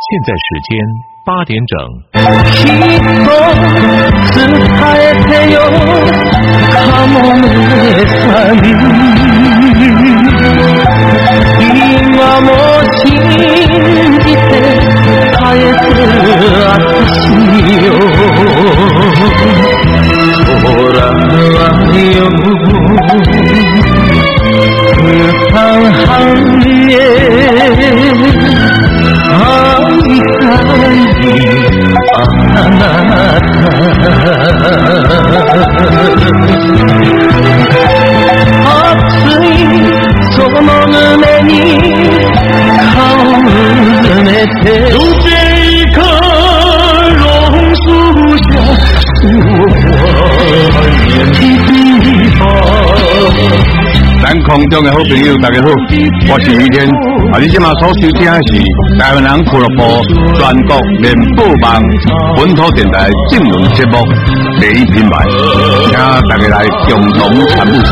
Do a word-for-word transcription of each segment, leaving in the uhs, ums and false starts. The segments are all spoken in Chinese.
现在时间八点整。 咱空中的好朋友，大家好，我是于天。啊，你今嘛所收听的是台湾人俱乐部全国联播网本土电台新闻节目第一品牌，请大家来共同参与。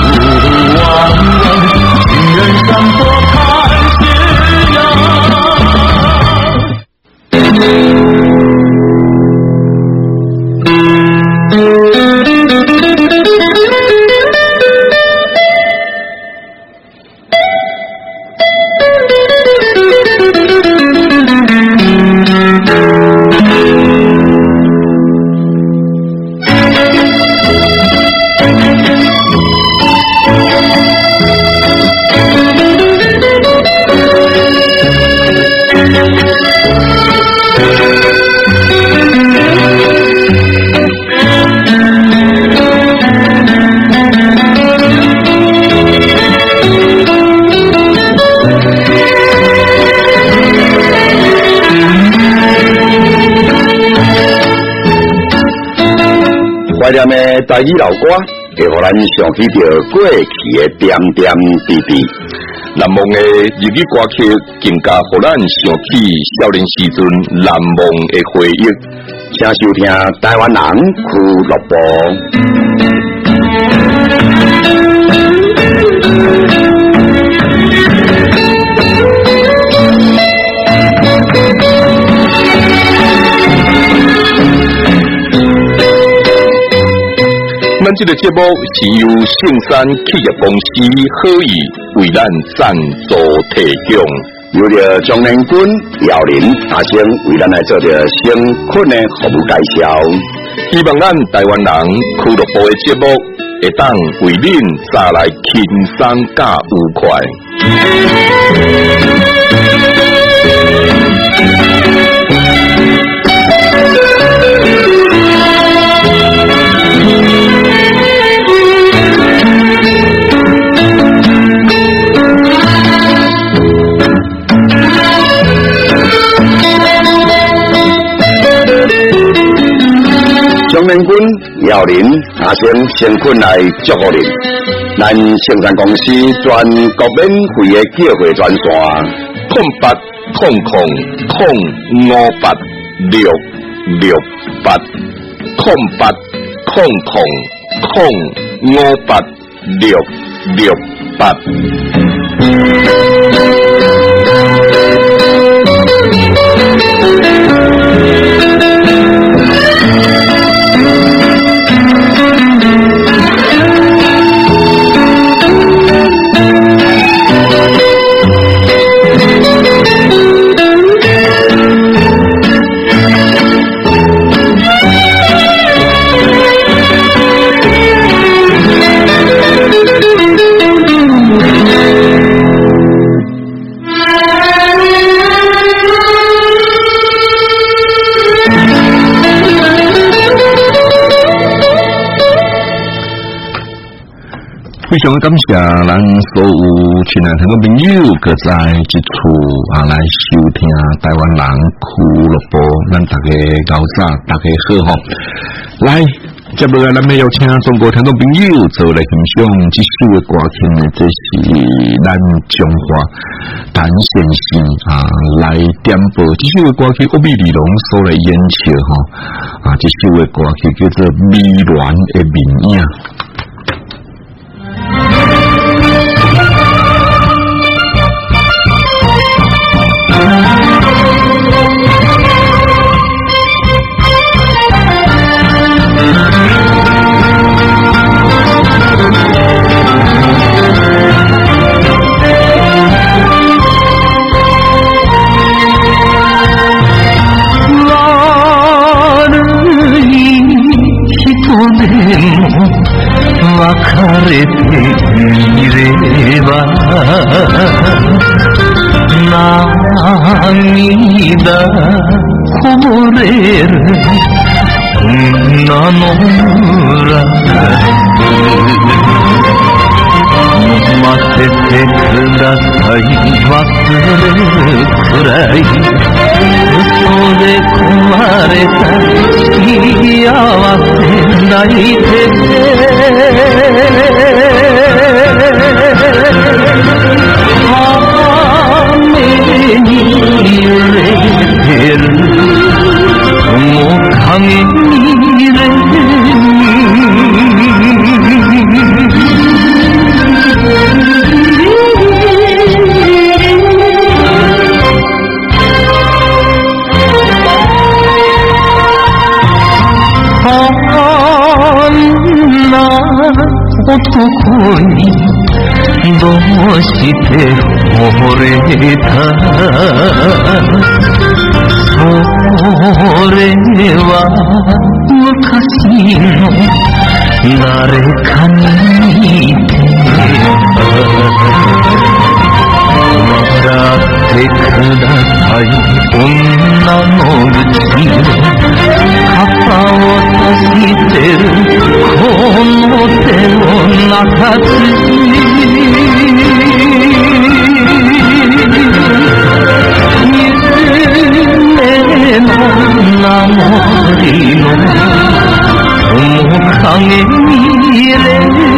怀念的台语老歌，会互咱想起着过去的点点滴滴。难忘的日语歌曲，更加互咱想起少年时阵难忘的回忆。请收听台湾人俱乐部。咱这个节目是由圣山企业公司好意为咱赞助提供，由着张连军、姚林、阿星为咱来做着相关的服务介绍。希望咱台湾人俱乐部的节目会当为恁带来轻松加愉快。张连军、姚林、阿星先困来祝福您。咱圣山公司全国免费的叫货专线：空八空空空五八六六八，空八空空空五八六六八。非常感谢咱所有亲爱的朋友，搁在这处啊来收听台湾人俱乐部，咱大家搞啥，大家好吼。来，接落来咱们要请中国听众朋友做来欣赏这首的歌曲呢，这是咱中华谭先生啊来点播这首的歌曲，欧米李龙所来演唱吼啊，这首的歌曲叫做《美鸾的面影》。 강이다 고래를 나누라 마테테 그다사이 마스레 그라이 소레 쿠마레타 시야와세 나이테테 아메니레테르 목항의 미래 나 어떡하니 도시대 오래다 오래와 무카시노 나를 가니테 나라테 그다사이 온나노르치로 가까웠다 시대를 고노테로 나타지 일레노 나머리노 목항의 미래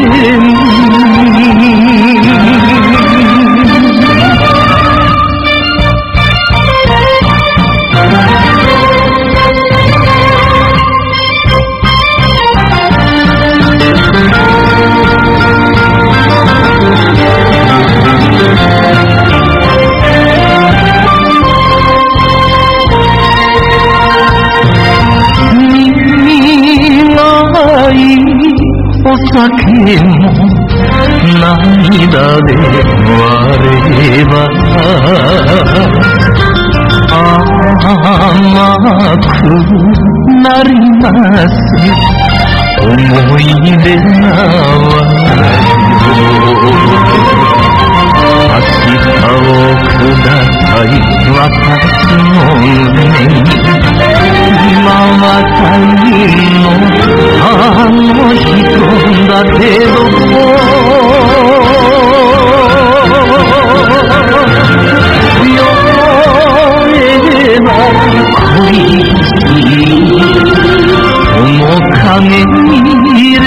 Osakemo涙で割れば甘くなります思い出なわ明日をください私の胸に今は他人のあの人だけど夜の恋面影に入れ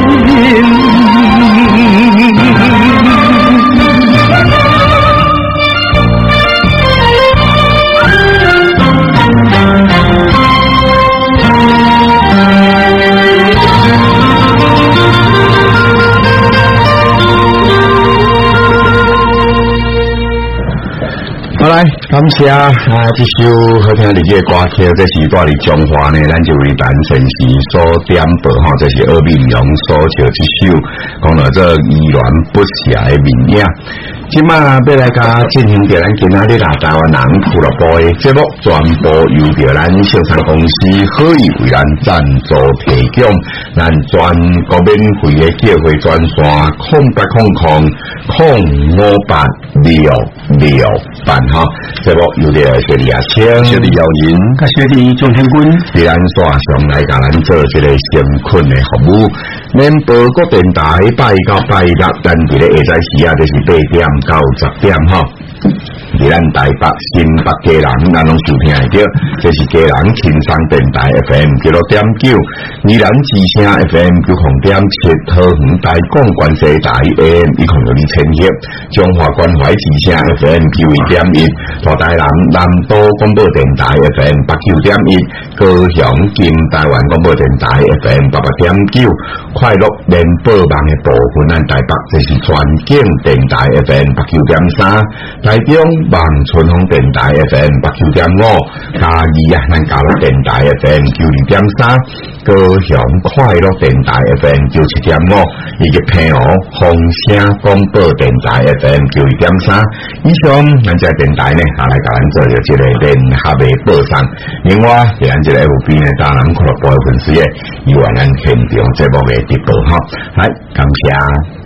好来，感谢啊！这首好听的这个歌曲，这是带嚟中华呢，咱就为陈先生所点播哈，这是二明勇所唱这首，讲到这依然不暇的名影。今晚要来甲进行着咱今仔日啦台湾人俱乐部的节目，全部由着咱生产公司好意为咱赞助提供，咱全国免费的叫会专线空八空空空五八六六八哈，节目由着谢李亚青、谢李耀银、甲谢李钟天军，伫咱线上来甲咱做一个先困的服务，免报国电台拜到拜六，咱伫咧下早时啊，就是八点到十点哈。伫咱台北、新北家人，咱拢收听会到，这是家人轻松电台 F M 九六点九，宜兰之声 F M 九零点七，桃园台广关西台 A M 一零六二千赫，中华关怀之声 F M 九一点一，大台南南都广播电台 F M 八九点一，高雄金台湾广播电台 F M 八八点九，快乐联播网的部分，咱台北这是全景电台 F M 八九点三，台中望春风电台 F M 八九点五，嘉义啊，咱嘉乐电台 F M 九二点三，高雄快乐电台 F M 九七点五，以及平湖风声广播电台 F M 九二点三。以上咱这电台呢，啊来甲咱做着这个联合的播送。另外，是咱这个 F B 呢，当然俱乐部的粉丝也有咱现场节目的直播哈，来感谢。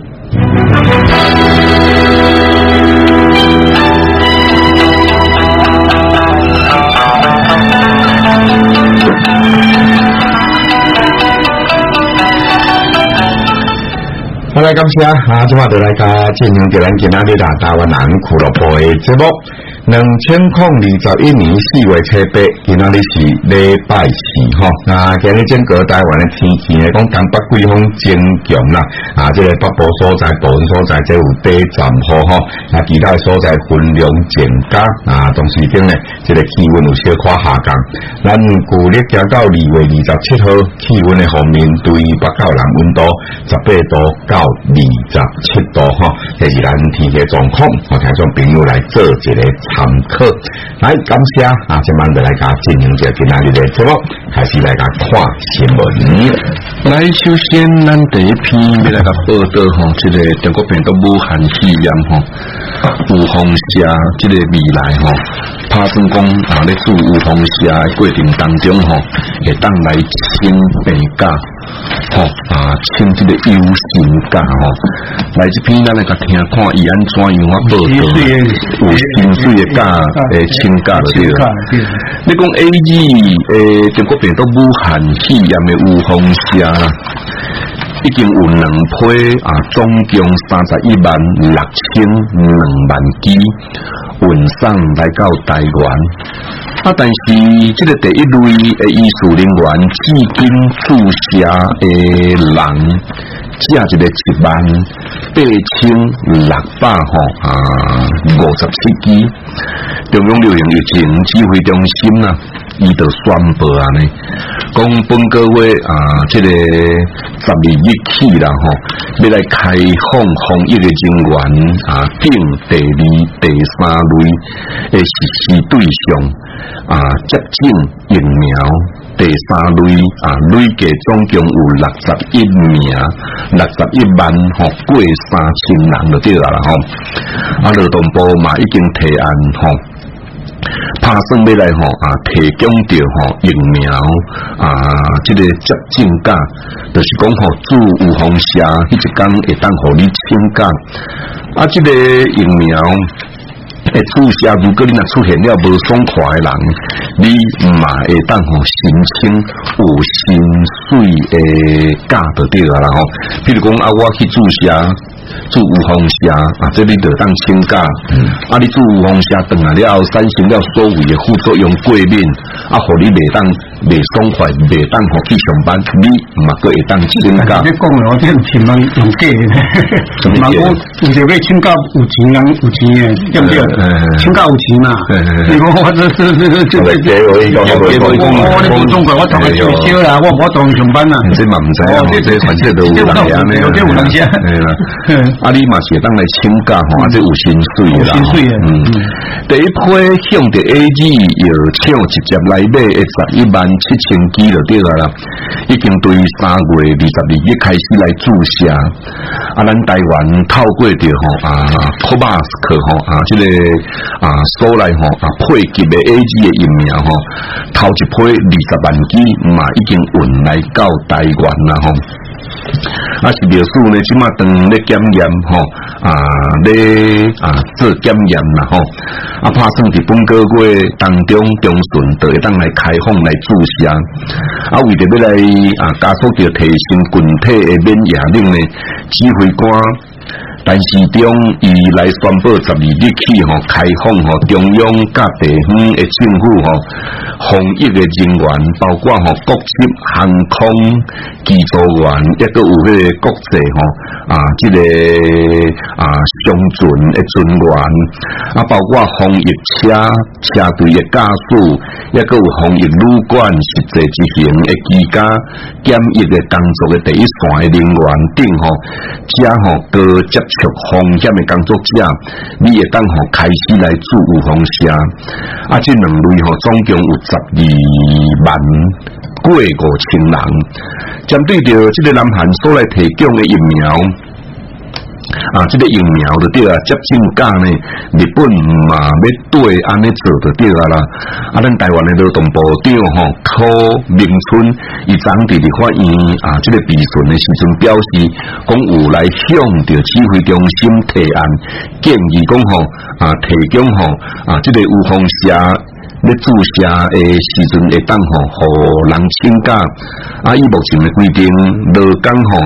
感謝啊！即馬就來甲進行着咱今仔日啦台灣人俱樂部嘅節目。兩千零二十一年四月七八，今仔日是禮拜四吼。啊，今日整個台灣嘅天氣咧，講東北季風增強啦。啊，即、這個北部所在、部分所在，即有低陣雨吼。啊，其他所在雲量增加。啊，同時間咧，即、這個氣溫有小可下降。咱舊曆行到二月二十七號，氣溫嘅方面對北高南溫度十八度到二十七度吼，這是咱天氣狀況。我聽眾朋友來做一個參考。來感謝啊，今晚就來甲進行着今仔日嘅節目，開始來甲看新聞。來，首先咱第一篇要來甲報道吼，這個中國病毒武漢肺炎吼，有風險，這個未來吼，拍算講啊，咧做有風險嘅過程當中吼，會當來請病假。吼、哦、啊，請這個優先假吼，來這篇咱來甲聽看伊安怎樣啊報道，有薪水嘅假誒請假對啦。你講 A 二誒中國病毒武漢肺炎嘅有風險啦，已經有兩批啊，總共三十一萬六千兩萬劑運送來到台灣。啊！但是這個第一類嘅醫術人員至今注射嘅人，只係一個一萬八千六百吼啊五十七支。中央流行疫情指揮中心啊，伊就宣布啊呢，講本個月啊，這個十二日起啦吼，要來開放防疫嘅人員啊，定第二、第三類嘅實施對象。啊，接種疫苗第三類啊，累計總共有六十一名，六十一萬吼過三千人就對啦啦吼。啊，勞動部嘛已經提案吼，拍算要來吼啊，提供着吼疫苗啊，這個接種假，就是講吼做有風險，迄一天會當互你請假。啊，這個疫苗。誒，注射如果你若出現了無爽快誒人，你嘛會當互申請有薪水誒假就對啦啦吼。比如講啊，我去注射做有風險啊，這你就當請假。嗯、啊，你做有風險轉來了後，產生了所謂嘅副作用過敏，啊，互你袂當袂爽快，袂當互去上班，你嘛閣會當請假。 你講嘅我啲千萬用假嘅，萬我有時要請假有錢人有錢嘅，對唔對？請假有錢嘛？你講我這這這這這這，我我你講中國我同佢取消啦，我我當上班啦。 這嘛唔使啊，這全世界都有人嘅咩？ 有啲有人嘅。 係啦，啊你嘛是當來請假吼，啊這有薪水啦。 薪水嘅。嗯。 第一批向着 A 二藥廠直接來買嘅十一萬七千支就對啦，已經對三月二十二日開始來注射。啊，咱台灣透過着吼啊 Covax 吼啊，這個啊所來吼啊配給嘅 A 二嘅疫苗吼，頭一批二十萬支嘛已經運來到台灣啦吼。啊是描述呢，即馬當咧檢驗吼啊咧啊做檢驗啦吼，啊拍算佇本個月當中中旬就會當來開放來注射，啊為着要來啊加速着提升群體嘅免疫力呢，指揮官。但是中伊來宣布十二日起吼開放吼中央甲地方嘅政府吼防疫嘅人員，包括吼國籍航空機組員，抑個有迄個國際吼啊，即、這個啊商船嘅船員，啊包括防疫車車隊嘅駕駛，抑個有防疫旅館實際執行嘅居家檢疫嘅工作嘅第一線嘅人員等吼，加吼個接觸風險嘅工作者，你會當吼開始來注有風險，啊，這兩類吼總共有十二萬過五千人，針對着這個南韓所來提供嘅疫苗。啊，這個疫苗就對啦，接種假呢，日本嘛要對安尼做就對啦啦。啊，咱台灣的勞動部長吼柯明春，伊昨佇立法院啊，這個備詢的時陣表示，講有來向着指揮中心提案，建議講吼啊，提供吼啊，這個有風險。咧注射誒時陣會當吼，互人請假。啊，以目前嘅規定，勞工吼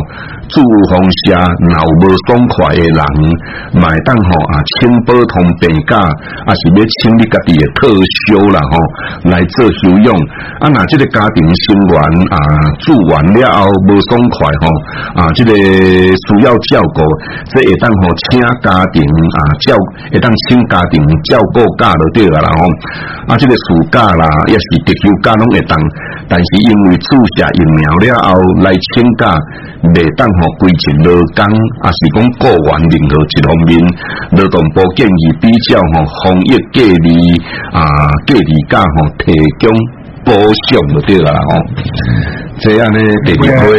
注放下，若有无爽快的人，买当吼啊，请补充病假，啊是要请你家己的特休啦吼，来做休养。啊，若这个家庭成员啊住完了后无爽快吼，啊这个需要照顾，这会当吼请家庭啊照，会当请家庭照顾假就对啦吼。啊，这个暑假啦，也是特休假拢会当，但是因为注射疫苗了后来请假，袂当吼规一劳工，啊是讲个人任何一方面，劳动部建议比较吼防疫隔离啊隔离假吼提供保障就对啦吼。这样呢，第二回。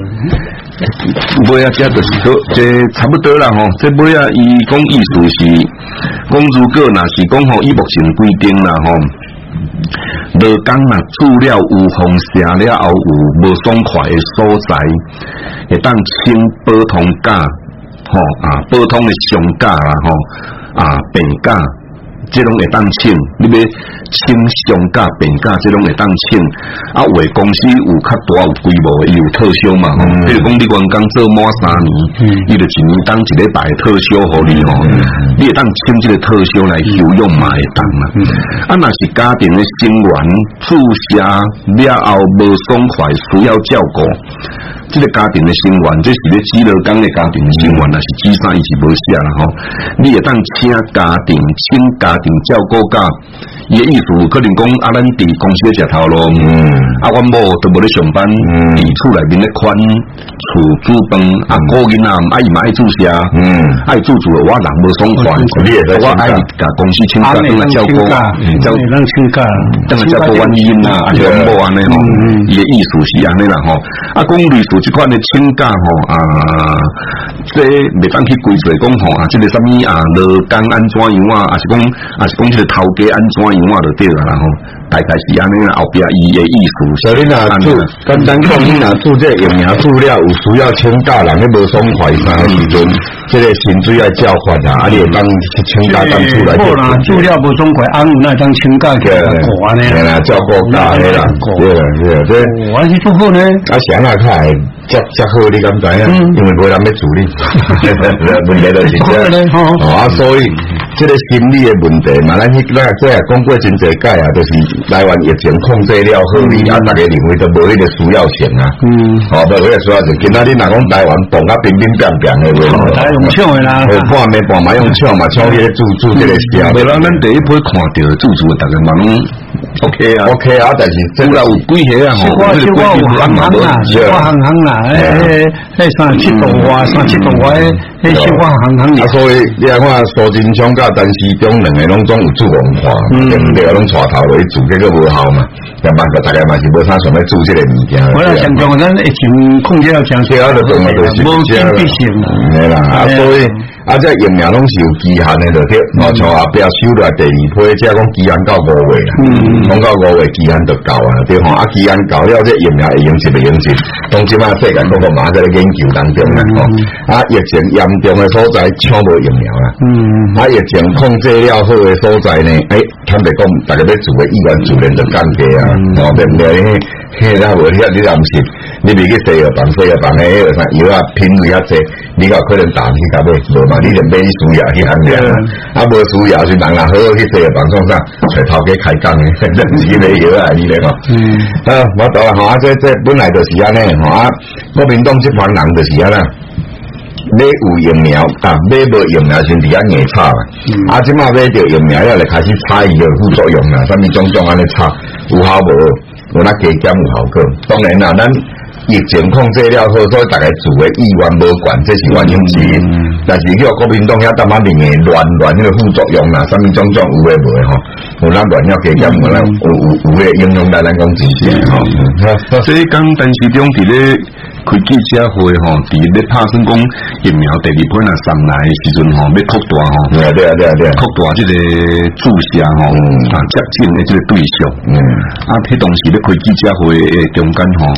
尾啊，这就是说，这差不多啦吼。这尾啊，伊讲意思是，讲如果若是讲吼，伊目前规定啦吼，劳工若资料有放射了后有无爽快的所在，会当请补充假，吼啊，补充的上假啦吼啊，病假。这种会当请，你要请上假、病假，这种会当请。啊，有的公司有较大有规模，伊有特休嘛吼。比如讲，你员工做满三年，伊就一年当一礼拜特休互你吼，你会当请这个特休来休养嘛会当嘛。啊，若是家庭的成员注射了后无爽快，需要照顾。这个家庭的成员，这是咧指劳工的家庭的成员，若是指啥伊是无写啦吼。你会当请家庭，请家庭照顾假，伊的意思可能讲啊，咱伫公司食头路，啊，阮某都无咧上班，伫厝内面咧款厝煮饭，啊，个囡仔啊伊嘛爱注射，爱做做我人无爽快，我爱甲公司请假，当来照顾，照咱请假， 当来照顾阮囡仔，啊，是阮某安尼吼，伊的意思是安尼啦吼，啊，讲类似。这款的请假吼啊，这袂当去规则讲吼啊，这个什么啊，劳工安怎样啊，还是讲还是讲这个头家安怎样啊，就对啦然后大概是安尼啦，后边伊的意思。 所以你若做简单讲，你若做这疫苗资料有需要请假，人咧无爽快啥时阵，这个薪水要交还啊，啊，你会当请假当出来。 好啦，资料无爽快，安有那当请假给过安尼。 对啦，照顾假的啦，对啦，对啦，这我是做好呢。 啊，想啊看。遮遮好，你敢知影？因为无人要处理，问题就是这样。哦啊，所以这个心理的问题嘛，咱迄咱即系讲过真侪届啊，就是台湾疫情控制了好哩，啊，大家认为都无迄个需要性啊。嗯，哦，无迄个需要性。今仔日若讲台湾动啊乒乒乓乓的话， 大家用抢的啦， 半暝半暝用抢嘛，抢迄个注注这个社。 无啦，咱第一批看到注注，大家嘛拢 OK 啊 ，OK 啊，但是真有有几下啊，吼， 我我有行行啦，我行行啦，诶诶，迄三十七度外，三十七度外，迄小我行行啦。 啊，所以你看苏贞昌甲陈时中两个拢总有做文化，对不对？拢带头落去做，结果无效嘛。但嘛，大家嘛是无啥想要做这个物件。 我来想讲，咱疫情控制了强， 对啊，就做嘛，就是无经必性。 对啦，啊，所以啊，这疫苗拢是有期限的，就对。哦，像后壁收落来第二批，即係講期限到五月啦。嗯，講到五月期限就夠啊，對吼。啊，期限夠了，這疫苗會用是未用是？當即嘛世界各個嘛在研究當中啦，吼。啊，疫情嚴重嘅所在搶無疫苗啦。嗯。啊，疫情控制了好嘅所在呢，誒，坦白講，大家要做嘅意願自然就減低啊。哦，對唔對？迄迄啦，無你你又唔是，你未去西藥房，西藥房嘅迄個啥藥啊品類啊濟，你有可能打去甲買無嘛？你就買輸藥去行量啊，啊無輸藥是人啊好好去西藥房創啥，找頭家開講嘅，真是買藥啊你咧吼。嗯。啊，我懂啦吼，啊，這這本來就是安尼吼啊，國民黨這幫人就是安啦。買有疫苗啊，買無疫苗先伫遐硬炒啦。啊，即馬買着疫苗了，就開始猜伊個副作用啦，啥物種種安尼炒，有效無？有那加減有效果。當然啦，咱疫情控制了好，所以大家做嘅意願無關，這是原因之一。但是叫國民黨遐搭馬面嘅亂亂迄個副作用啦，啥物種種有誒無誒吼，有咱亂了加減，有咱有有有誒應用來咱講真實吼。 所以講陳時中佇咧開記者會吼，佇咧拍算講疫苗第二批若送來誒時陣吼，要擴大吼， 對啊對啊對啊對啊， 擴大即個注射吼，啊接種誒即個對象。嗯，啊，迄當時咧開記者會誒中間吼。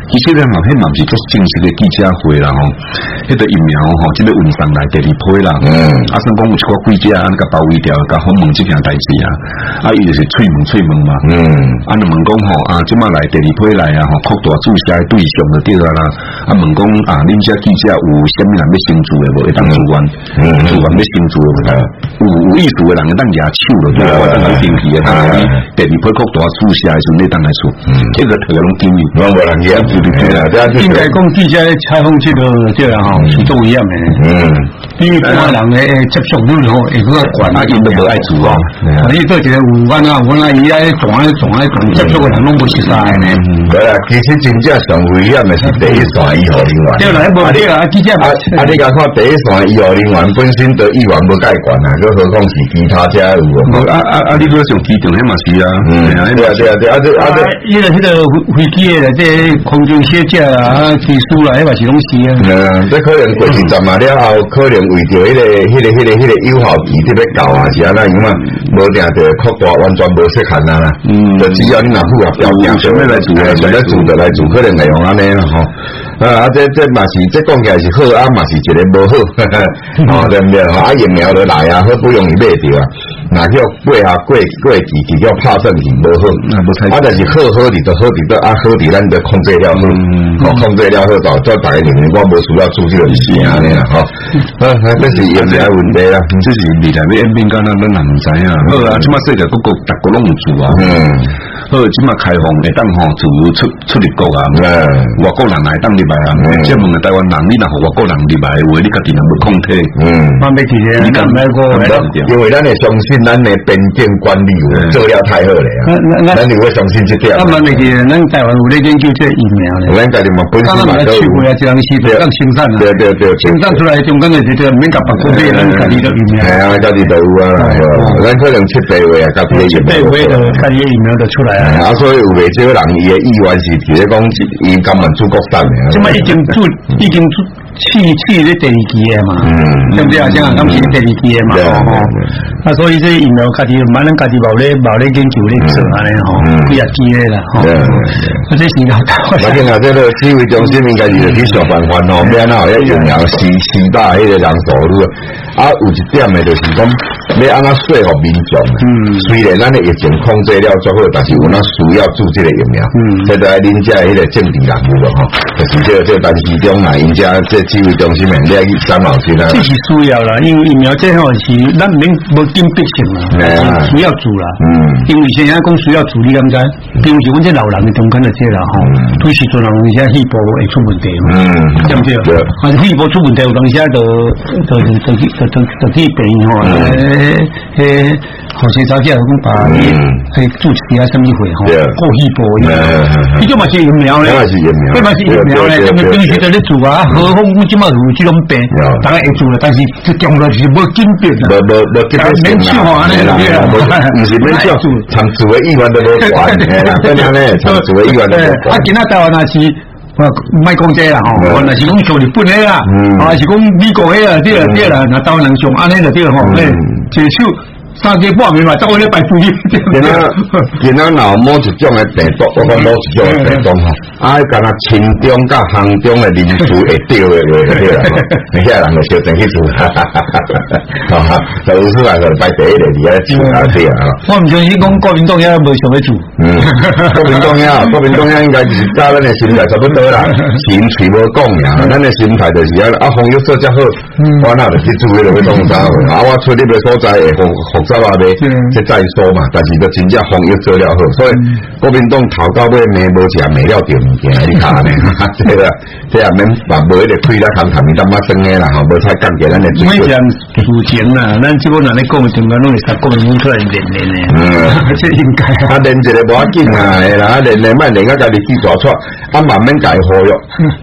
其實咧，嘛，迄嘛是做正式嘅記者會啦，吼，迄個疫苗吼，即個運上來第二批啦，嗯，啊，算講有一個記者安甲包圍掉，甲訪問即件代志啊，啊，伊就是催問催問嘛，嗯，啊，就問講吼，啊，即馬來第二批來啊，吼，擴大注射嘅對象就對啦，啊，問講啊，恁遮記者有啥物人要先做嘅無？會當自願，嗯，自願要先做嘅，有有意思嘅人會當舉手咯，對，我當佢定期嘅，當佢第二批擴大注射嘅時陣，你當來做，嗯，呢個頭攏經驗，我無人嘅。 應該講記者採訪這個這個吼是都一樣嘅，嗯，因為多人咧接觸咗後，會嗰個管啊，因都無愛做啊，你做一個有關啊，有關啊，伊愛撞啊撞啊撞，接觸嘅人攏無熟悉嘅。 對啊，其實真正上危險嘅是第一線醫護人員。 對啦，無對啊，記者啊啊，你講看第一線醫護人員本身對醫院無介管啊，更何況是其他遮有啊。 啊啊啊！你嗰上機場迄嘛是啊，嗯， 對啊對啊對啊，啊啊， 伊個迄個飛機嘅即空中寫字啊，技術啦，迄嘛是攏是啊。 嗯，即可能過程站嘛了後，可能為着迄個、迄個、迄個、迄個有效期特別高啊，是啊，那因為無定着擴大完全無適限啊啦。嗯，就只要你若符合條件，想要來做嘅，想要做就來做，可能係用安尼啦，吼。啊，這這嘛是，這講起來是好啊，嘛是一個無好，哦，對唔對？啊，疫苗就來啊，好不容易買着啊，那叫過下過過期，期叫拍算是無好，啊，但是好好啲就好啲，都啊好啲，咱就控制了好，哦，控制了好就再大家認為我無需要做這個事啊，呢啦，吼，啊，這是疫苗問題啦， 這是未來要演變干那，咱也唔知啊。好啊，即馬世界各國各國攏有做啊，嗯，好，即馬開放會當吼自由出出入國啊，外國人來當入來啊，即問台灣人，你若互外國人入來，話你家己人要控制，嗯，慢慢啲咧，你敢買過？ 因為咱會相信咱嘅邊境管理做了太好咧，咱就會相信這點。 咁慢慢啲，咱台灣有咧研究這疫苗咧， 咱家己嘛本身嘛都有， 對對對，生產出來中間嘅就免甲別國買，咱家己都疫苗。 係啊，家己都有啊，咱可能七八月啊，家己嘅疫苗， 七八月就家己嘅疫苗就出來啊。 啊，所以有未少人伊嘅意願是提咧講，伊甘願出國產嘅。 即係已經出，已經出。試試咧第二期嘅嘛，對不對啊？像啊，咁試第二期嘅嘛，吼，啊，所以這疫苗家己蠻能家己冇咧冇咧研究咧做安尼吼，幾啊期咧啦，吼，啊，這是搞大。 嗱，見啊，這個指揮中心應該是去想辦法吼，免啊，要疫苗施施打迄個人數咯。啊，有一點嘅就是講，要安怎說服民眾。嗯，雖然咱嘅疫情控制了最好，但是有那需要做這個疫苗。嗯，這就係恁家迄個政治人物咯，吼，就是這個這個陳時中啊，因家這。指揮中心面你要去三毛錢啦， 這是需要啦，因為疫苗這項是咱免無緊迫性啦，需要做啦。嗯，因為現在講需要處理咁解，比如是阮這老人嘅中間就這啦，吼，有時陣人而且肺部會出問題嘛，對唔對？啊，肺部出問題有當時就就就就就就去病院吼，誒誒，後生早起來講把你係注射啊什麼會吼，過肺部，呢種嘛是疫苗咧，呢嘛是疫苗咧，咁平時就咧做啊，何況我即嘛有這種病，大家會做啦，但是這將來是無緊迫啦， 無無無緊迫性啦，唔是免少，長做嘅醫院都無管，真係咧，長做嘅醫院都無管。 啊，今仔台灣也是，唔係講這啦吼，若是講像日本嘅啦，啊是講美國嘅啦，對啦對啦，那台灣人上安尼就對吼，誒，接手。三更半暝嘛，走去咧拜師。 今仔今仔若某一種嘅病毒，我講某一種嘅病毒吼，啊，干那清中甲行中嘅人數會掉嘅話，對啦，你遐人就小心去做，哈哈，就有出來就拜第一嚟，而家做下啲啊。 我唔相信講國民黨也無想要做。嗯， 國民黨也，國民黨也應該是加咱嘅心態差不多啦，錢全部講呀，咱嘅心態就是啊，啊，防疫做只好，我那就去做迄落去當啥貨，啊，我出呢個所在會服服。知話咧，即再說嘛，但是個真正防疫做了好，所以國民黨頭到尾呢無食未了條物件，你睇呢，即個即係免把無迄個推啦，談談你淡仔生嘅啦，吼，無太講嘅，咱嚟做。 每件事情啦，咱基本上咧講嘅，點解攏會使國民黨出來練練呢？嗯，即應該。啊， 練一個無要緊啊，係啦，練練慢練，啊家己記住出，啊慢慢改好用。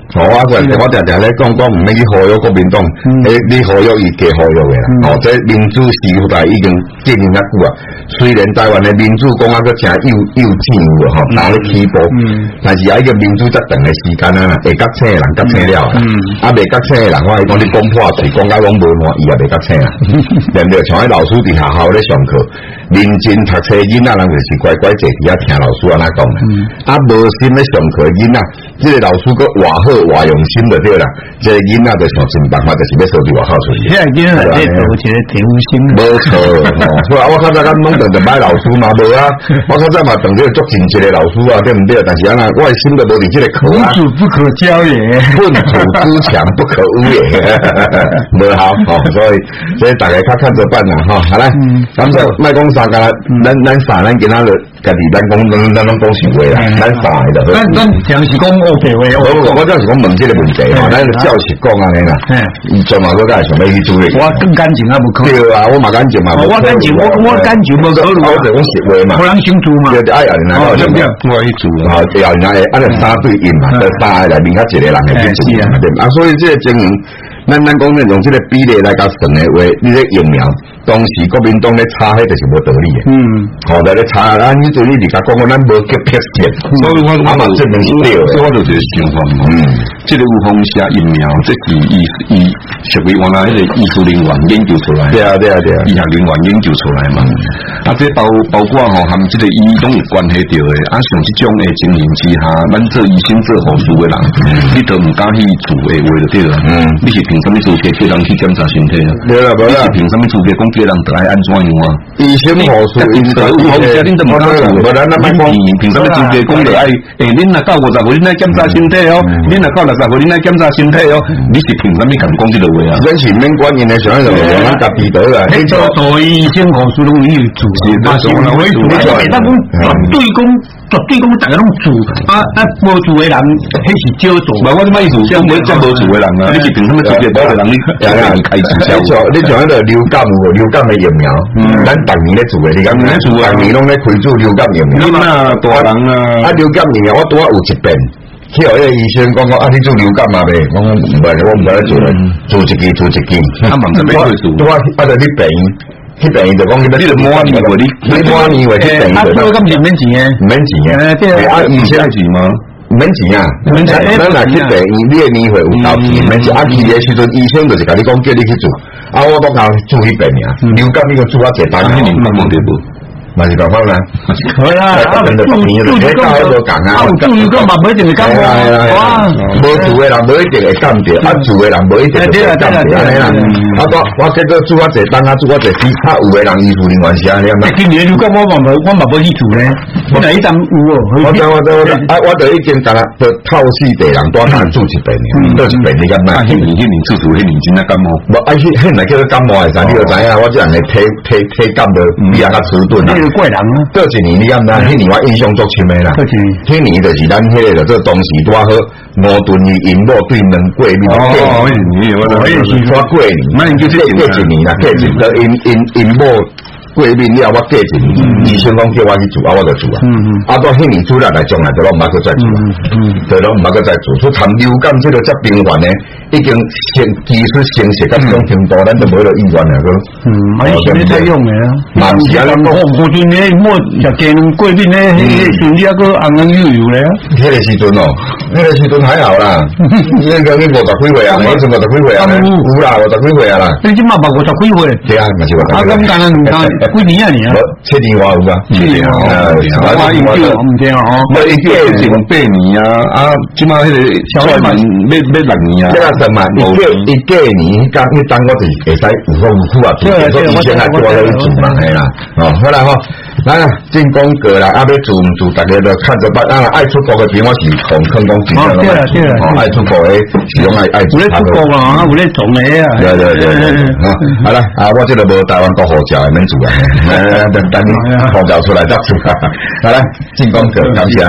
哦，我我我常常咧讲，讲唔免去忽悠国民党，诶，你忽悠伊加忽悠嘅啦。哦，这民主时代已經經營咗久啊。雖然台灣嘅民主講啊，個真幼幼稚喎，吼，打咧起步，但是啊，一個民主則長嘅時間啊，會覺醒嘅人覺醒了啦，啊，未覺醒嘅人，我係講你講破嘴，講甲攏無滿，伊也未覺醒啊。對唔對？像啲老師佇學校咧上課，認真讀書嘅囡仔，人就是乖乖坐佇遐聽老師安怎講啦。啊，無心咧上課嘅囡仔，即個老師個話好話用心就對啦。即個囡仔就想盡辦法，就是要掃佇外口出去。即個囡仔咧，有一個挺有心。冇錯，所以我較早咁弄等就買老師嘛，無啊，我較早嘛等這個足真切嘅老師啊，對唔對？但是啊，我嘅心都無佇這個課啊。君子不可教也，糞土之牆不可污也。無好，哦，所以所以大家較看着辦啦，哈，好啦，咁就賣講啥噶啦，咱咱啥咱其他就家己咱講咱咱攏講實話啦，咱啥嘅就。咱咱常是講烏白話，我我只是講問這個問題，吼，咱照實講安尼啦。嗯，做嘛，我梗係想要去做嘅。我更感情啊，無可能。對啊，我嘛感情嘛。我感情，我我感情無可能。我就講實話嘛。無人想做嘛。對，愛人來，我去做啊。要人來，按照三對應嘛，就三個內面較一個人嘅去做嘛，對嘛。啊，所以這個經營。咱咱講呢，用這個比例來甲算的話，你這疫苗當時國民黨咧差，迄就是無道理嘅。嗯，好在咧差，啊，你做你哋甲講講，咱無叫撇線，所以我阿嘛證明是對嘅。所以我就是想法，嗯，這個有風險疫苗，這是醫醫屬於原來迄個醫術人員研究出來。對啊，對啊，對啊，醫學人員研究出來嘛。啊，這包包括吼，含這個醫都有關係到嘅。啊，像這種嘅情形之下，咱做醫生做護士嘅人，你都唔敢去做嘅話就對啦。嗯，你是。憑什麼資格叫人去檢查身體啊？對啦，冇啦。憑什麼資格講叫人得愛安怎樣啊？醫生護士因得有風險，恁都唔敢做。冇啦，那麼講，憑什麼資格講得愛？誒，恁若到五十歲，恁來檢查身體哦；恁若到六十歲，恁來檢查身體哦。你是憑什麼敢講這個話啊？咱是免管因的上一個，咱家己得啦。你做做醫生護士攏有做，嘛是有為做。你做會當講絕對講，絕對講大家攏做。啊啊，無做的人，迄是少數。唔係我點解意思？講冇真無做的人啊？你是憑什麼資格？多個人你有人開始銷，你像迄個流感有流感嘅疫苗，咱逐年咧做嘅，你講逐年攏咧開做流感疫苗。你嘛大人啊，啊流感疫苗我拄仔有一遍，去互迄個醫生講講，啊你做流感嘛唄？我講唔係，我唔係咧做咧，做一支做一支。啊，問什麼會做？拄仔啊就你病，去病就講你你摸你話你你摸你話去病。啊，流感是免錢嘅，唔免錢嘅。啊，醫生係嘛？免錢啊！咱若去病院，你嘅年歲有到期，免錢。啊，期嘅時陣，醫生就是甲你講叫你去做，啊，我都講做去病啊。流感呢個做啊，簡單啲，唔冇地步，嘛是辦法啦。係啊，啊，做做做咁啊，做咁嘛，唔一定係咁喎。哇，冇做嘅人冇一定係咁掉，啊，做嘅人冇一定係咁掉。係啦，啊，我我結果做啊，簡單啊，做啊，就其他有嘅人醫護人員是啊，你係咪？今年流感我嘛冇，我嘛冇去做咧。我第一站有哦，我知我知我知，啊，我就已經甲啦，就透視地人多單做一遍嘅，做一遍你敢買？啊，迄年迄年做做迄年真係感冒，無啊，迄迄年叫做感冒係啥？你就知影，我這人係體體體感到比較較遲鈍啦。呢個怪人啊！過一年你敢知？迄年我印象足深嘅啦。迄年就是咱迄個就當時拄啊好，吳敦義因某對門過面。哦，迄年我我也是我過年，唔係叫即過一年啦，過一個因因因某。過面了，我過一年，醫生講叫我去做，啊，我就做啊。啊，到迄年主力來將來就攏毋捌擱再做，就攏毋捌擱再做。所以談流感這個遮頻繁呢，已經先技術先實甲種程度，咱都無了意願啦，個。嗯，買先採用嘅啊。嘛是啊，咱講附近呢，莫食雞卵過面呢，迄個身體啊個紅紅油油咧。迄個時陣哦，迄個時陣還好啦。你講你五十幾歲啊？我是五十幾歲啊？有啦，五十幾歲啊啦。你即嘛嘛五十幾歲？對啊，嘛是五十幾歲。啊，咁簡單唔單。幾年啊？你啊？七年話有啊，七年啊，我研究唔聽啊，我研究成八年啊，啊，即嘛迄個小萬咩咩六年啊，即係十萬，一個一個年，咁你當我哋會使有風有苦啊，做做以前係做咗做嘛，係啦，哦，好啦，好，嗱，正講過啦，啊，要做唔做，大家就看着辦，啊，愛出國嘅片我是從香港轉咗啦，哦，愛出國嘅是講愛愛出國啊，有咧做咩啊？對對對，好啦，啊，我這個無台灣國護照係免做啊。誒，等等，號召出來再做啊！好來，進攻者，感謝。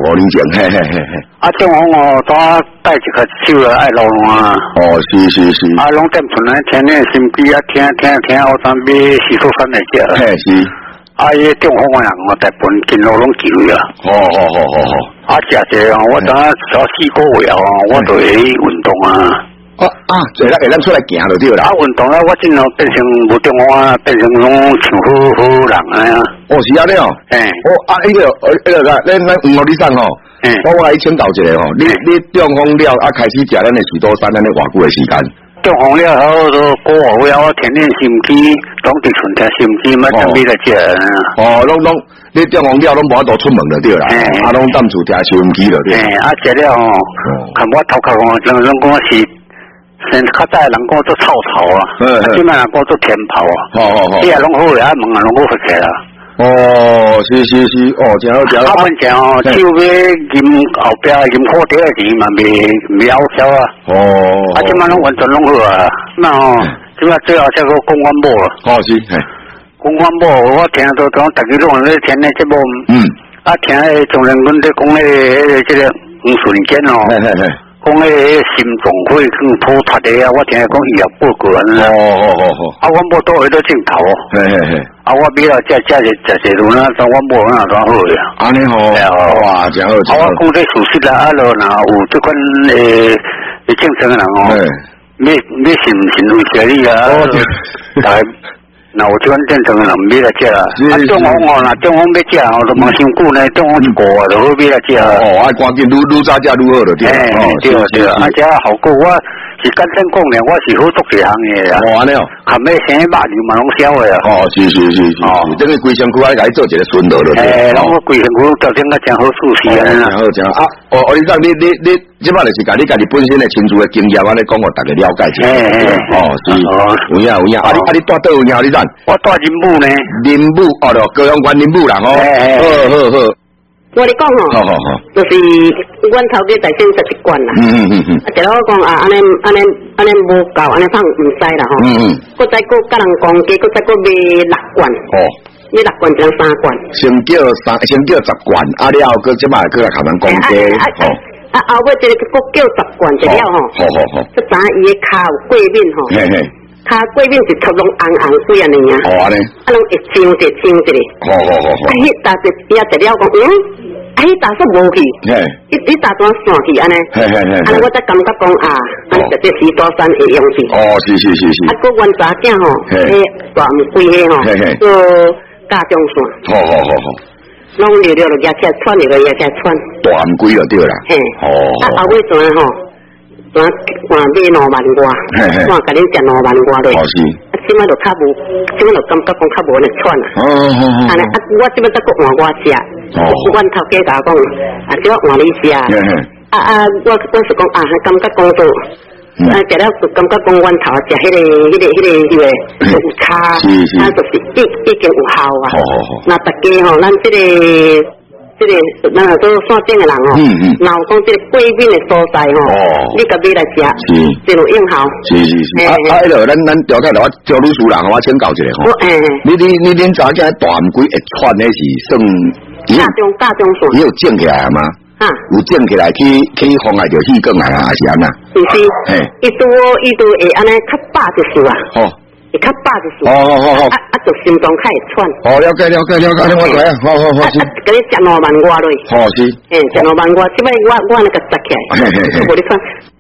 年前，嘿嘿嘿嘿。 啊，中风哦，当带一个手来爱弄啊。 哦，是是是。 啊，拢点存来听呢心机啊，听听听，我当买洗手山来食。 嘿是。 啊，伊中风个人我大部分近路拢救啊。 哦哦哦哦哦。 啊，食者哦，我当小四个月哦，我就会运动啊。 啊啊，会咱会咱出来行就对啦。啊， 运动啊，我真哦变成无中风啊，变成拢像好好人啊。哦， 是安尼哦。诶，哦啊，迄个，迄个个，咱咱黄河里上吼，诶，我我来请教一下吼，你你中风了啊，开始食咱的许多山，咱的偌久的时间？ 中风了后，都过后了，我天天心肌，拢伫存听心肌，嘛准备来食。 哦，拢拢，你中风了，拢无法度出门就对啦。啊，拢踮厝听收音机就对。诶， 啊，食了吼，看我头壳吼，人人讲是。先较早人讲做臭草啊，啊，即摆人讲做天泡啊，哦哦哦，你啊拢好个，啊门啊拢好发起啦。哦， 是是是，哦，真好真好。 啊，本正哦，手要银后壁银裤底个钱嘛，未未拗巧啊。哦。啊，即摆拢完全拢好啊，那哦，即摆最后才个公安部啊。 哦是，嘿。 公安部我听到讲，逐个拢咧听咧节目。嗯。啊，听迄中人阮咧讲迄迄个即个黄顺坚哦。嘿嘿嘿。讲迄心脏会更突出的啊，我听讲医疗报告啊。哦哦哦哦。啊，阮无倒去到镜头哦。嘿嘿嘿。啊，我比较食食食食食路啦，但阮无哪怎好呀。 安尼吼。哇，真好真好。 啊，我讲这事实啦，啊，落若有这款诶诶精神人哦，你你信唔信有实力啊？大概。那我这款正常人买来食啊，啊中风哦，那中风要食哦，都冇伤久呢，中风一个啊，就好买来食啊。 哦，啊赶紧愈愈早食愈好就对。 哎，对对，啊这好过我是简单讲呢，我是好做这行的啊。哦，安尼哦，含咩生肉肉嘛拢烧的啊。 哦，是是是是，哦，等于规身躯爱甲伊做一个顺道了。 哎，我规身躯条件个真好舒适啊。 真好真好啊！哦哦，你讲你你你，即摆就是甲你家己本身的亲自的经验，安尼讲互大家了解一下。哎哎，哦是，有影有影。啊你啊你住倒有影你咱？ 我住林武呢。 林武哦，咯高雄县林武啦吼。哎哎，好好好。 我你讲吼，好好好，就是阮头家在先十一罐啦。嗯嗯嗯嗯。啊，一路讲啊，安尼安尼安尼无够，安尼放唔使啦吼。嗯嗯。搁再搁甲人讲价，搁再搁买六罐。哦。买六罐就三罐。 先叫三，先叫十罐，啊了后搁即摆搁来甲人讲价。 哦。啊后尾一个搁叫十罐一了吼。好好好。即知伊个骹有过敏吼。嘿嘿。骹过敏是头拢红红水安尼啊。哦安尼。啊拢会青一青一个。好好好好。啊迄搭一伊啊一了讲嗯。啊！迄打煞无去，伊伊打怎散去安尼？安尼我才感觉讲啊，安尼这许多山会用去。 哦，是是是是。 啊，个阮查囝吼，迄大毋规个吼，做加中线。好好好好。拢溜溜就压起来喘，溜溜压起来喘。 大毋规就对啦。嘿。哦。 啊，后尾怎吼？怎换买两万外？嘿嘿。我甲恁食两万外咧。哦是。啊，即摆就较无，即摆就感觉讲较无咧喘啊。哦哦哦。安尼啊，我即摆再搁换我食。哦，阮头家甲我讲，啊，叫我换你食。啊啊，我我是讲啊，感觉讲做，啊，食了就感觉讲阮头食迄个、迄个、迄个、迄个有差，啊，就是已已经有效啊。好好好。那大家吼，咱这个、这个，咱做线顶的人吼，然后讲这个过敏的所在吼，你甲买来食，就有应效。 是是是。啊啊，迄个咱咱调解来，我赵律师人，我请教一下吼。哎。你你你恁查囝大毋规会喘的是算？ 大中大中线， 你有整起来吗？啊，有整起来去去妨碍着气管啊，还是安那？ 是是，嘿，伊拄伊拄会安尼较饱就是啊。哦，会较饱就是。哦哦哦哦。啊啊，就心脏较会喘。 哦，了解了解了解，我知啊，好好好。啊， 给你食两万外落。 哦是。 诶，食两万外，即摆我我那个拾起来，无你喘。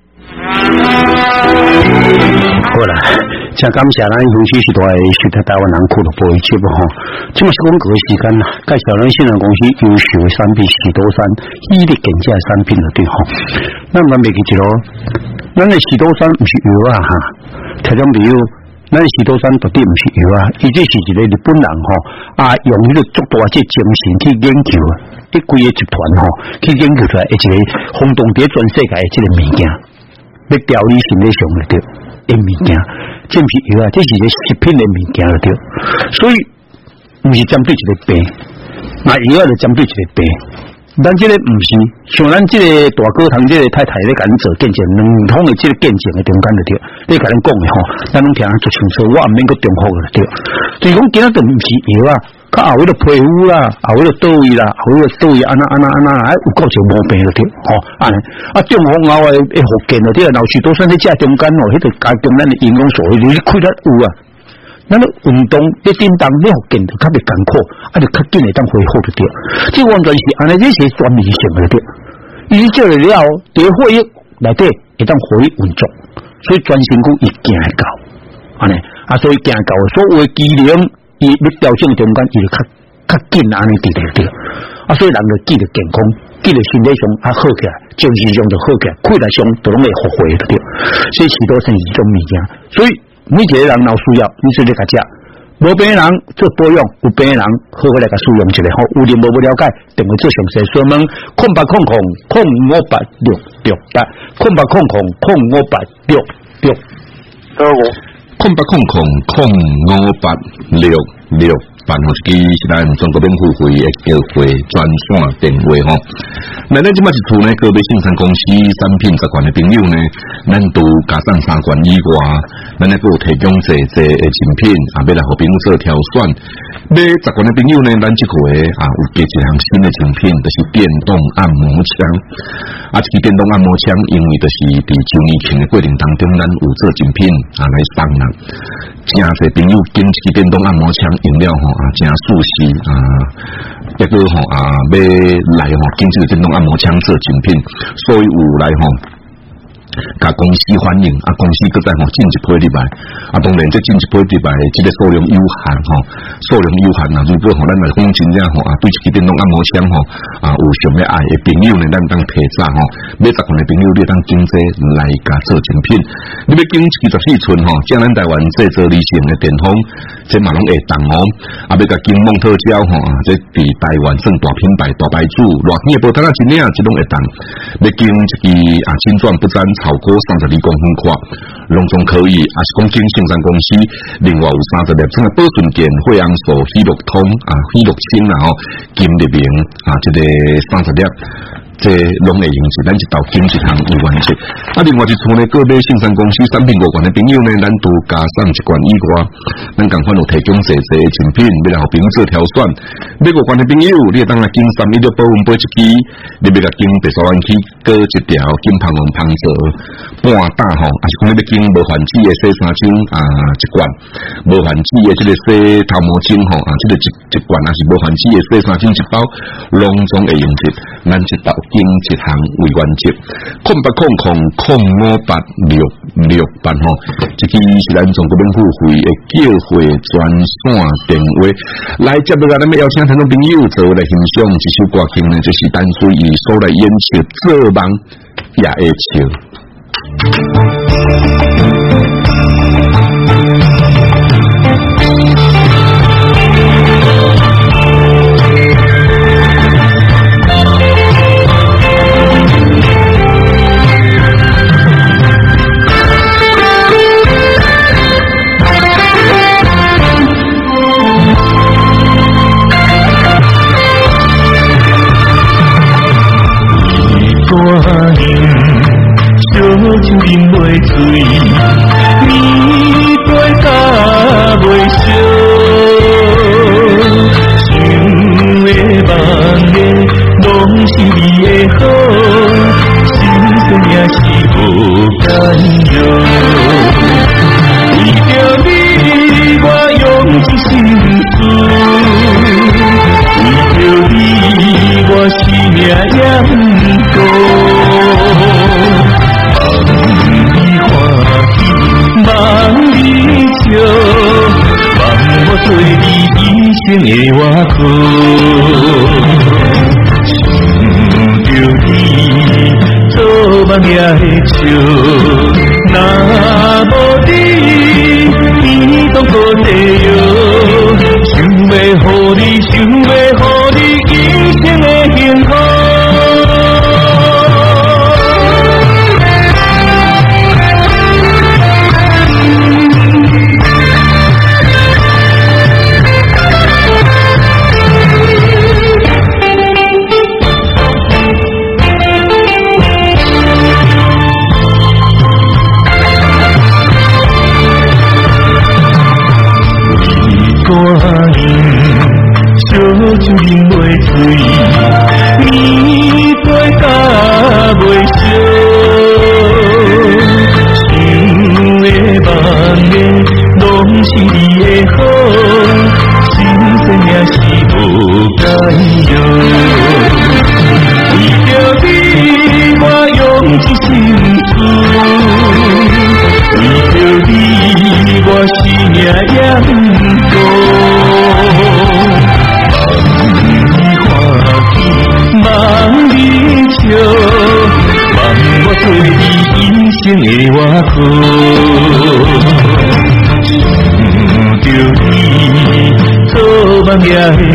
好啦，真感谢咱雄起时代收听台湾人俱乐部的节目吼。这么是广告的时间啦，介绍咱信任公司优秀的产品许多山伊力减价产品了对吼。咱咱袂记住咯，咱的许多山不是药啊哈，听众朋友，咱许多山绝对不是药啊，伊这是一个日本人吼啊，用迄个足大这精神去研究，一规个集团吼去研究出来一个轰动伫全世界的这个物件。要调理身体上了对，的物件，这不是药啊，这是一个食品的物件了对，所以不是针对一个病，那药就针对一个病， 咱这个唔是，像咱这个大哥堂这个太太咧，甲咱做见证，两通的这个见证的中间就对，你甲咱讲的吼，咱拢听足清楚，我唔免个重复了对。所以讲今仔就唔是药啊，较后尾就皮肤啦，后尾就倒位啦，后尾就倒位安那安那安那，哎有够就毛病了对，吼安尼啊中风后诶诶福建了对，老许多算在这中间哦，迄个加强咱的营养素，你开得有啊。咱个运动一叮当了见就较袂艰苦，啊就较紧会当恢复就对。这完全是安尼，这是专利性的对。伊做了了，伫血液内底会当恢复运作，所以全身躯伊行会到，安尼啊，所以行到所有的机能，伊要调整中间，伊就较较紧安尼伫咧对。啊，所以人就记得健康，记得身体上啊好起来，精神上就好起来，气力上都拢会复活就对。所以许多是一种物件，所以。每一个人有需要，你就来甲食。无病人做保养，有病人好好来甲使用一下。好，有人无不了解，电话做详细说明。空八空空空五八六六八，空八空空空五八六六。 好， 空八空空空五八六六。办吼一支是咱全国免付费的交会专线电话吼。那咱即摆一厝呢，个别生产公司产品十款的朋友呢，咱都加上三款以外，咱呢个有提供这这的产品，啊，要来互朋友做挑选。买十款的朋友呢，咱即回啊有加一项新的产品，就是电动按摩枪。啊，这个电动按摩枪，因为就是伫周年庆的过程当中，咱有做产品啊来送人。真侪朋友经这个电动按摩枪用了吼。啊，真舒适啊！一个吼啊，要来吼，经这个电动按摩枪做产品，所以有来吼，甲公司反映啊，公司搁再吼进一批入来啊，当然这进一批入来，这个数量有限吼，数量有限啊。如果吼咱来讲真正吼啊，对这个电动按摩枪吼啊，有想要爱的朋友呢，咱当提早吼，买十款的朋友你当经济来甲做产品，你要经二十四寸吼，将咱台湾制造理性的电风。这嘛拢会当哦，啊，要甲金梦特胶吼啊，这伫台湾算大品牌、大牌子，偌远的无摊啊，真领，这拢会当。要经一支啊，金钻不沾超过三十二公分宽，拢总可以。啊，是讲经生产公司，另外有三十粒种的保顺健、血氧素、喜乐通啊、喜乐清啦吼，金立明啊，这个三十粒。这拢会用是咱一道经一项有关系。啊，另外一处呢，个别生产公司产品无关的朋友呢，咱都加上一罐以外，咱共款有提供这些产品，要来互朋友做挑选。美国关的朋友，你当来经三一六保温杯一支，你要来经白沙湾去搁一条金芳龙芳泽半打吼，还是讲你要经无环子的洗衫巾啊一罐，无环子的这个洗头毛巾吼啊，这个一一罐还是无环子的洗衫巾一包，拢总会用得，咱一道。经一项为原则，空八空空空五八六六八吼，这个是咱中国免付费的叫会专线电话。来接落来，咱要邀请听众朋友做来欣赏一首歌曲呢，就是单属于所来演唱做梦也会唱。 酒饮袂醉，面对甲袂烧，想的梦的拢是你的好，心酸也是无甘愿。为着你，我用尽心思；为着你，我生命也不顾。望你笑，望我做你一生的外靠。想着你，做梦也会笑。若无你，天当作地摇。想要互你，想要互你一生的幸福。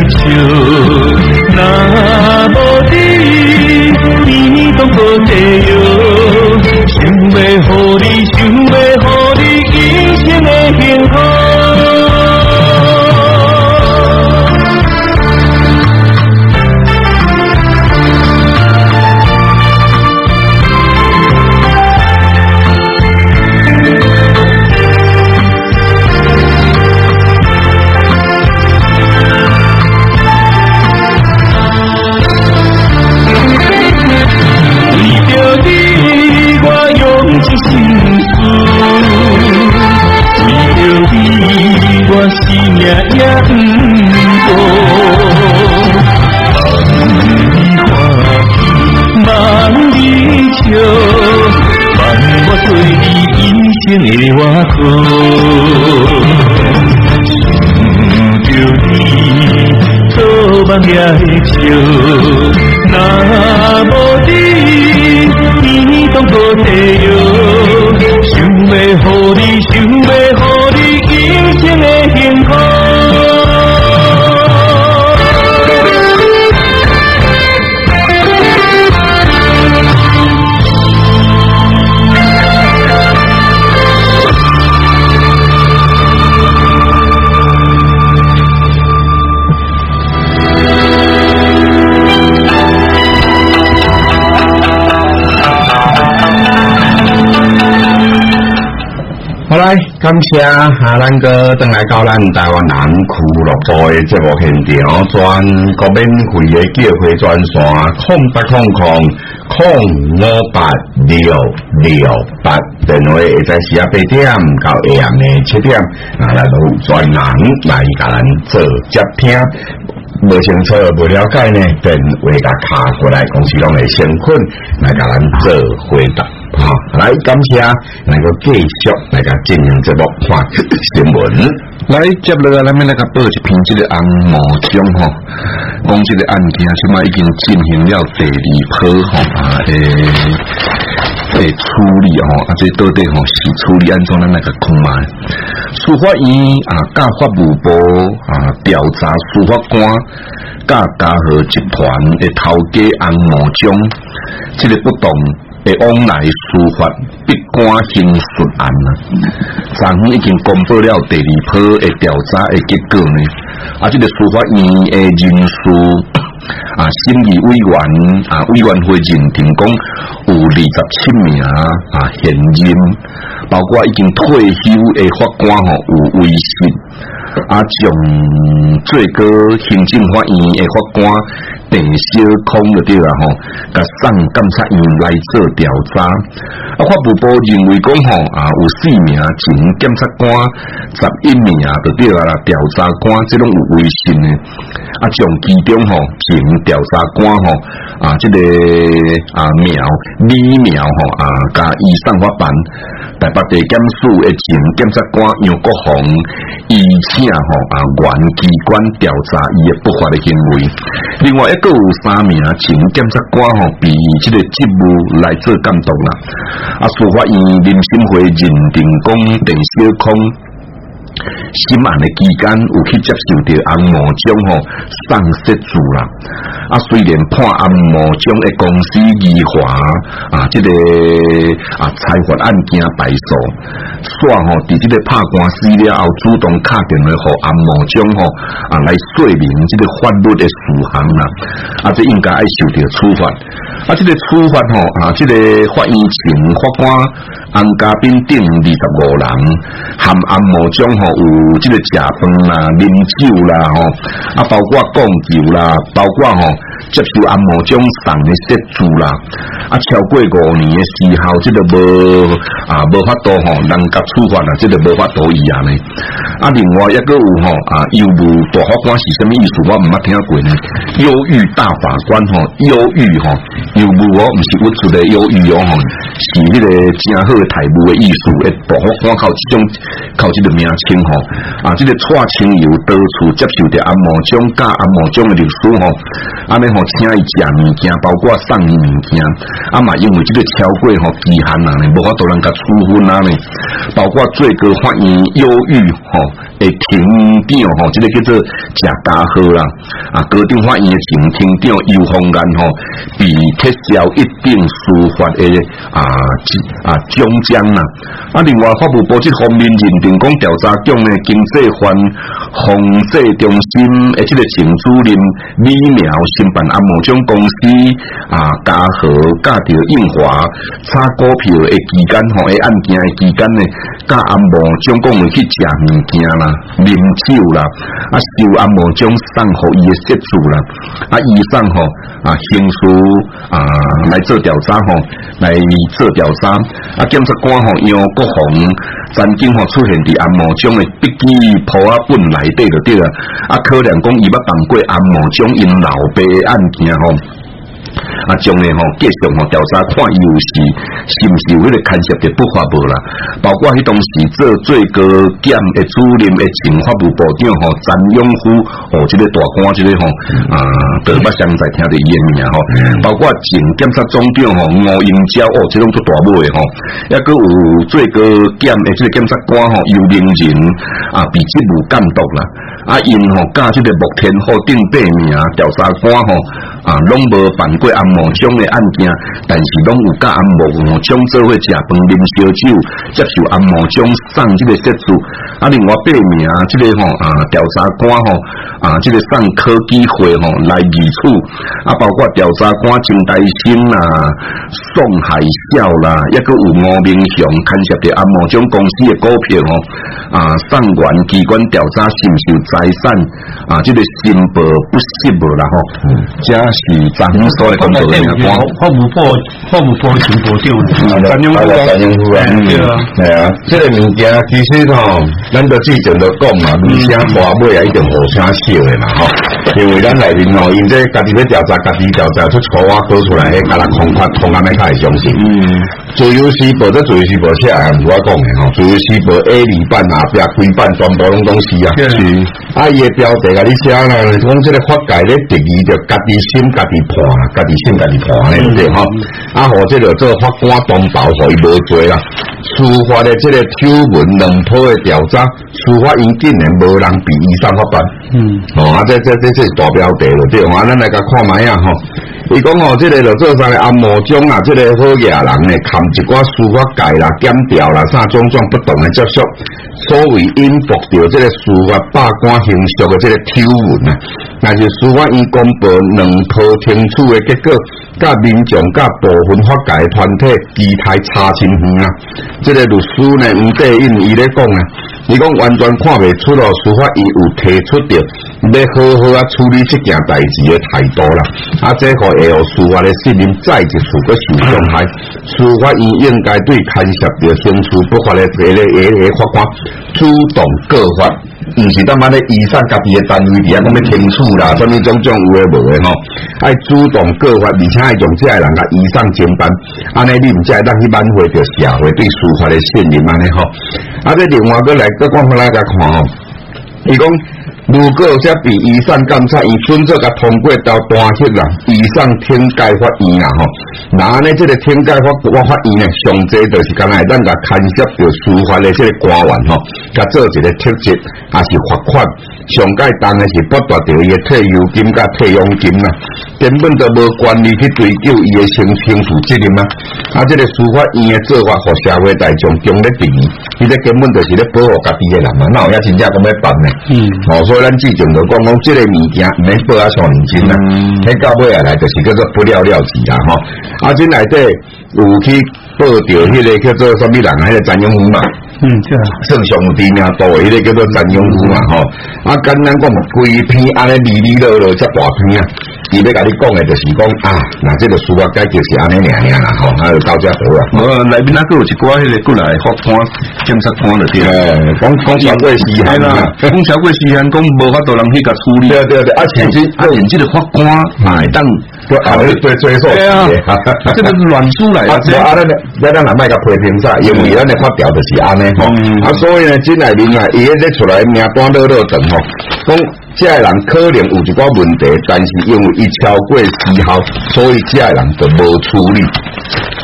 笑，若无你，天当作地狱。想要予你，想要予你一生的幸福。也也不过，望你欢喜，望你笑，望我做你一生的外靠。想着你，做梦也会笑，若无你，天当作地狱。想要予你，想要予你一生的幸福。 好来，感谢啊，咱个登来到咱台湾南俱乐部的节目现场，全国免费的叫会专线空八空空空五八六六八，电话会在十八点到下暗的七点，啊，来都专人来甲咱做接听。无清楚、无了解呢，便为他卡过来，公司拢会先困来甲咱做回答。好，来感谢，能够继续来甲进行这部看新闻。 来接落来，咱们来甲报一篇这个红毛奖吼，讲这个案件，即马已经进行了第二波吼啊诶诶处理吼，啊这到底吼是处理安怎咱来甲看卖？司法院啊，甲法务部啊调查司法官。甲嘉禾集团的头家红毛奖，这个不动的往来司法闭关刑事案啊，昨天已经公布了第二波的调查的结果呢。啊，这个司法院的人事啊，审议委员啊，委员会认定讲有二十七名啊现任，包括已经退休的法官吼有威信。啊，将最高行政法院的法官陈小康就对啦吼，甲送监察院来做调查。啊，法务部认为讲吼啊，有四名前检察官，十一名就对啦，调查官这种有威信的。啊，将其中吼前调查官吼啊，这个啊苗李苗吼啊，甲移送法办。台北地检署的前检察官杨国宏，以请吼啊原机关调查伊的不法的行为。另外一个有三名前检察官吼，被这个职务来做监督啦。啊，司法院遴审会认定讲陈小康审案的期间有去接受到红毛奖吼送失主啦。啊，虽然判红毛奖的公司义华啊，这个啊财阀案件败诉，煞吼伫这个拍官司了后，主动打电话给红毛奖吼啊来说明这个法律的事项啦。啊，这应该要受到处罚。啊，这个处罚吼啊，这个法院前法官洪家彬等二十五人，含红毛奖吼有这个食饭啦、啉酒啦吼，啊包括讲究啦，包括吼接受红毛奖送的失主啦，啊超过五年的时候，这个无啊无法度吼，人甲处罚啦，这个无法度以啊呢。啊，另外一个有吼啊，忧郁大法官是什么意思？我唔捌听过呢。忧郁大法官吼，忧郁吼，忧郁我唔是我出的忧郁哦吼，是迄个真好的台舞的艺术的大法官靠这种靠这个名称吼，啊，这个蔡清友到处接受着红毛奖甲红毛奖的律师吼，安尼吼请伊食物件，包括送伊物件，啊嘛因为这个超过吼期限啊呢，无法度人甲处分啊呢，包括最高法院忧郁吼诶庭长吼，即、這個叫做賈家豪啦，啊高等法院嘅前庭長尤鳳蘭吼，被撤銷一定司法嘅啊啊獎章啦。啊，另外法務部即方面認定講調查局嘅經濟犯防制中心誒，即個前主任李苗申辦安謀獎公司啊，家豪甲着印華炒股票嘅期間吼，誒案件嘅期間呢，甲安謀獎講會去食物件啦、啉酒啦，啊受安謀獎送互伊嘅失主啦，啊以上吼啊刑事啊來做調查吼，來做調查，啊檢察官吼楊國宏曾經吼出現佇安謀獎嘅筆記簿啊本內底就對啦，啊可能講伊捌辦過安謀獎因老爸嘅案件吼。啊，將來吼繼續吼調查，看伊有是是毋是有迄個牽涉着不法無啦，包括迄當時做最高檢嘅主任嘅前法務部長吼詹永虎，吼即個大官即個吼啊，都捌詳細聽到伊嘅名吼，包括前檢察總長吼吳英昭，哦，即種做大尾嘅吼，抑閣有最高檢嘅即個檢察官吼尤明仁啊，被職務監督啦，啊因吼甲即個目前號頂八名調查官吼啊，攏無辦過安謀獎嘅案件，但是攏有甲安謀獎做伙食飯啉燒酒，接受安謀獎送即個設置。啊，另外八名即、這個吼啊調查官吼啊，即、這個送科技會吼來議處，啊，包括調查官鄭大興啦、宋海嘯啦，抑閣有吳明雄牽涉着安謀獎公司嘅股票吼啊，送原機關調查是毋是有財產啊，即、這個申報不實無啦吼，這是張所嘅工作人員講， 法務部法務部前部長陳永富啊， 陳永富啊，係啊，即個物件其實吼，咱都之前都講嘛，而且話尾也一定好聲少嘅嘛吼，因為咱內面吼，因這家己要調查，家己調查出錯話倒出來，迄加人空發空安尼較會相信。嗯，自由時報這自由時報寫係唔我講嘅吼，自由時報 A 二版啊，邊規版全部攏東西啊。是。啊，伊嘅標題甲你寫啦，講即個法界咧定義着家己心家己判，家己心家己判咧，對吼。啊，或者着做法官通報，互伊無罪啦。司法的即個丑聞兩鋪嘅調查，司法院竟然無人比以上法辦。嗯。哦，啊，這這這這是大標題咯，對吼。啊，咱來甲看賣啊吼。伊講吼，即個着做啥個安謀獎啊，即個好野人呢，含一寡司法界啦、檢調啦，啥種種不同嘅接觸，所謂引伏着即個司法罷官形式嘅即個丑聞啊，但是司法院公布兩鋪聽處嘅結果，甲民眾甲部分法界團體期待差真遠啊！即個律師呢，吳德印伊咧講啊，伊講完全看袂出咯，司法院有提出着要好好啊處理即件代志嘅態度啦，啊，這個會互司法嘅信任再一次閣受傷害，司法院應該對牽涉着刑事不法嘅個個個個法官主動告發，毋是當晚咧依上家己嘅單位底下講要清楚啦，什麼種種有誒無誒吼，愛主動告發，而且愛用這個人甲依上偵辦，安尼你毋才會當去挽回着社會對司法嘅信任安尼吼，啊，這另外閣來閣講來甲看吼，伊講。如果這比以上監察院準則甲通過到單級啦，以上天界法院啦吼，那呢這個天界法法法院呢，上濟就是干來咱甲牽涉着司法的這個官員吼，甲做一個特質，也是罰款，上界當然是剝奪着伊的退休金甲退佣金啦，根本就無權利去追究伊的刑刑事責任啊！啊，這個司法院的做法，互社會大眾強烈質疑，伊這根本就是咧保護家己的人嘛，哪有遐真正咁要辦呢？嗯，哦，所以咱之前就講講，這個物件唔免報啊上認真啦，喺到尾下來就是叫做不了了之啦，吼！啊，這內底有去報着迄個叫做什麼人啊？迄個詹永虎嘛。嗯，即係算上知名度迄個叫做詹永虎嘛，吼！啊，簡單講，規篇安尼哩哩落落遮大篇啊！伊要甲你講嘅就是講啊，嗱，即個司法改革是安尼爾爾啦，吼，啊，就到遮好啊！ 無內面啊，佫有一寡迄個過來法官、檢察官就對啦， 講講超過時限啦， 講超過時限，講無法度人去甲處理。 對對對，啊，前期啊，前期的法官係當啊，對追訴嘅， 啊，這個亂出來啊！ 啊，咱咱咱若賣甲批評啥，因為咱的法條就是安尼吼，啊，所以呢，真內面啊，伊迄個出來名單落落長吼，講。這個人可能有一寡問題，但是因為伊超過時效，所以這個人就無處理。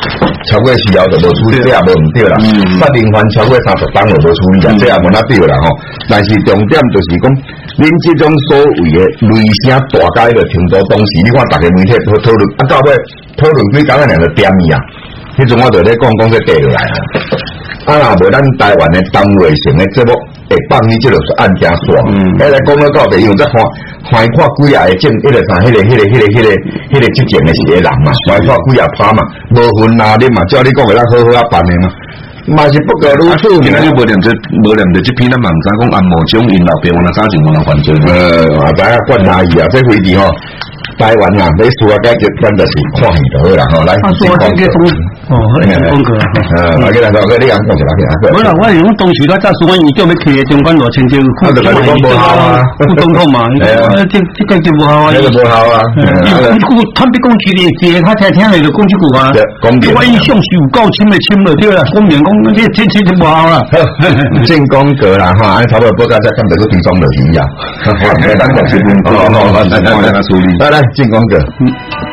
超过需要就无处理，这也无唔对啦。杀人犯超过三十档就无处理啊，这也无哪对啦吼。但是重点就是讲，恁这种所谓的雷声大改的程度，当时你看大家媒体讨讨论，啊到尾讨论几讲啊两个点呀，迄阵我就咧讲讲这地落来啊。啊，若无咱台湾的单位性的节目会放你即落案件线，哎来讲到到底，因为再看翻看几啊个证，迄个啥，迄个、迄个、迄个、迄个、迄个执政的是个人嘛，翻看几啊趴嘛，无分哪恁嘛，照你讲个咱好好啊办的嘛，嘛是不可如此。 今仔日无念这无念这这篇咱嘛毋知讲安某种因老爸我若啥情况人犯罪？ 呃，啊，知影管哪伊啊，这回题吼。台湾啊，要事啊解决，咱就是看戏就好啦吼。来， 说这个东哦，那是风格。 呃，来个来个，你讲讲一下去啊。 无啦，我用当时咱早说我伊叫要去中关路清州， 啊，就讲无效啊， 副总统嘛，这这个就无效啊。 这个无效啊。 我坦白讲，其实这他听听来就讲这句话。我印象是有够深的深了，对啦。公民讲这这这就无效啦。 进攻格啦哈，按差不多不加再看这个推送就一样。好，来咱讲这边。哦哦哦，来来来，处理。来来。进攻者，嗯，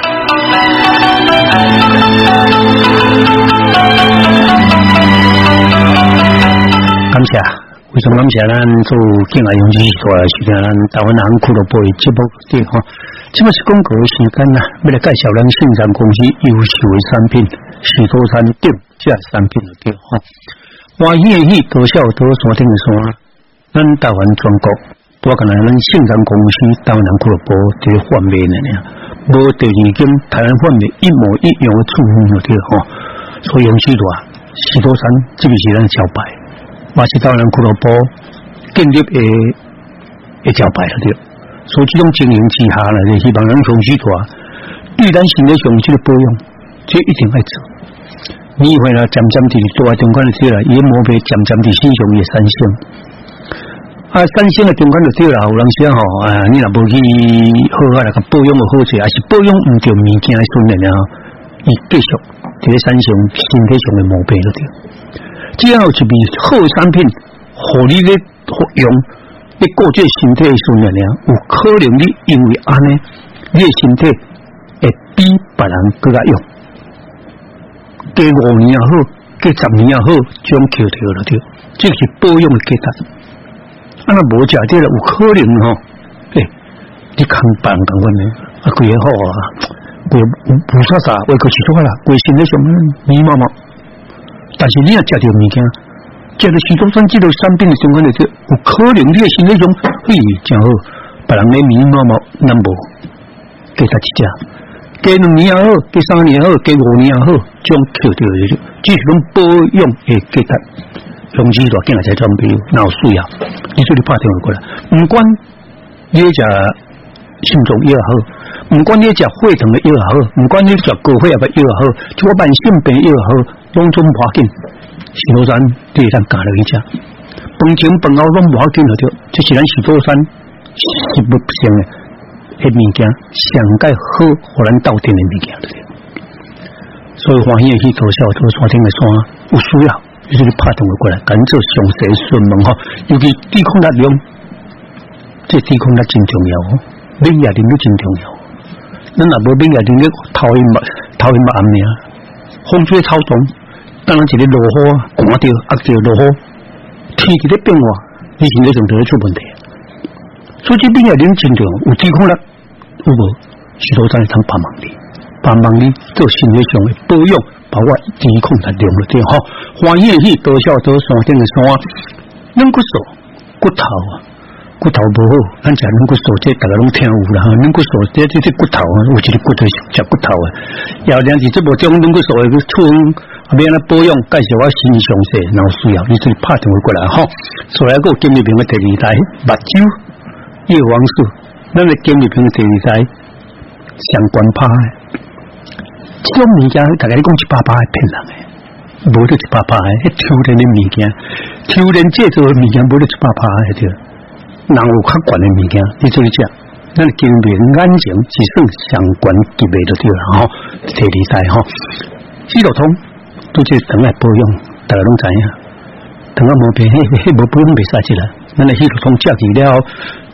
感谢，非常感谢咱做境外勇士出来是咱台湾人俱乐部的节目对吼，这么是广告的时间啦，要来介绍咱信山公司优秀的产品，许多产品这产品就对吼，欢喜的喜，多少多山顶的山，咱台湾全国。多可能咱信山公司台湾人俱乐部这个贩卖的呢，无第二间台湾贩卖一模一样的出货就对吼，所以用许多许多山这个是咱招牌，也是台湾人俱乐部建立的的招牌了对，所以这种经营之下呢，就希望咱用许多对咱身体上这个保养，这一定要做。你会啦，渐渐地多中间的这啦，伊毛病渐渐地身上也产生。啊，三星的中间就对啦，有人说吼，啊，你若无去好啊，那个保养就好势，还是保养唔着物件的训练啊，伊继续这个三星身体上的毛病就对。只要一味好的产品，互你咧服用，你顾这身体的训练啊，有可能你因为安尼，你的身体会比别人更加用。加五年也好，加十年也好，将扣掉了对，这是保养的价值。啊，那无食啲啦，有可能吼，诶、欸，你空办咁款呢？啊，规个好啊，规无啥啥，为个是错啦，规身体上密麻麻。但是你若食着物件，食着许多酸这类产品的相关的，有可能你的身体上嘿真好，别人咧密麻麻，咱无，加他一只，加两年也好，加三年也好，加五年也好，将扣掉的，只是讲保养的价值。用之大进来才装备，哪有需要？你说你拍电话过来，唔管你食心脏药好，唔管你食血糖的药好，唔管你食高血压的药好，就我慢性病药好，拢总无要紧。许多山第一站加了一只，饭前饭后拢无要紧了着，这是咱许多山食物性的迄物件，上界好，互咱斗阵的物件了着。所以欢喜的去多少多山顶的山有需要。就是你拍电话过来，赶做详细询问吼，尤其抵抗力量，这抵抗力真重要哦，免疫力都真重要。咱若无免疫力，头晕目头晕目暗尔，风吹草动，当然一个落雨啊，寒着压着落雨，天气咧变化，你身体上就会出问题。所以这免疫力真重要，有抵抗力，有无？许多咱会通帮忙你，帮忙你做身体上的保养。包括抵抗力量了对吼，欢喜的喜多少多山顶的山，软骨素骨头啊，骨头无好，咱食软骨素这大家拢听有啦，软骨素这这这骨头啊，有一个骨头食骨头的，要两是这无种软骨素的出后面来保养，介绍我新详细，然后需要你自己拍电话过来吼，所以个建立平的第二代目睭叶黄素，咱的建立平的第二代相关拍的。这种物件，大家你讲一百八是骗人的，无得一百八的，迄抽人的物件，抽人制作的物件，无得一百八的对。人有较悬的物件，你做去食，咱经验眼睛是算相关级别就对啦吼，第二代吼，肌肉痛都这等来保养，大家拢知影。等下毛病，迄迄无保养袂使起来，咱的肌肉痛食去了，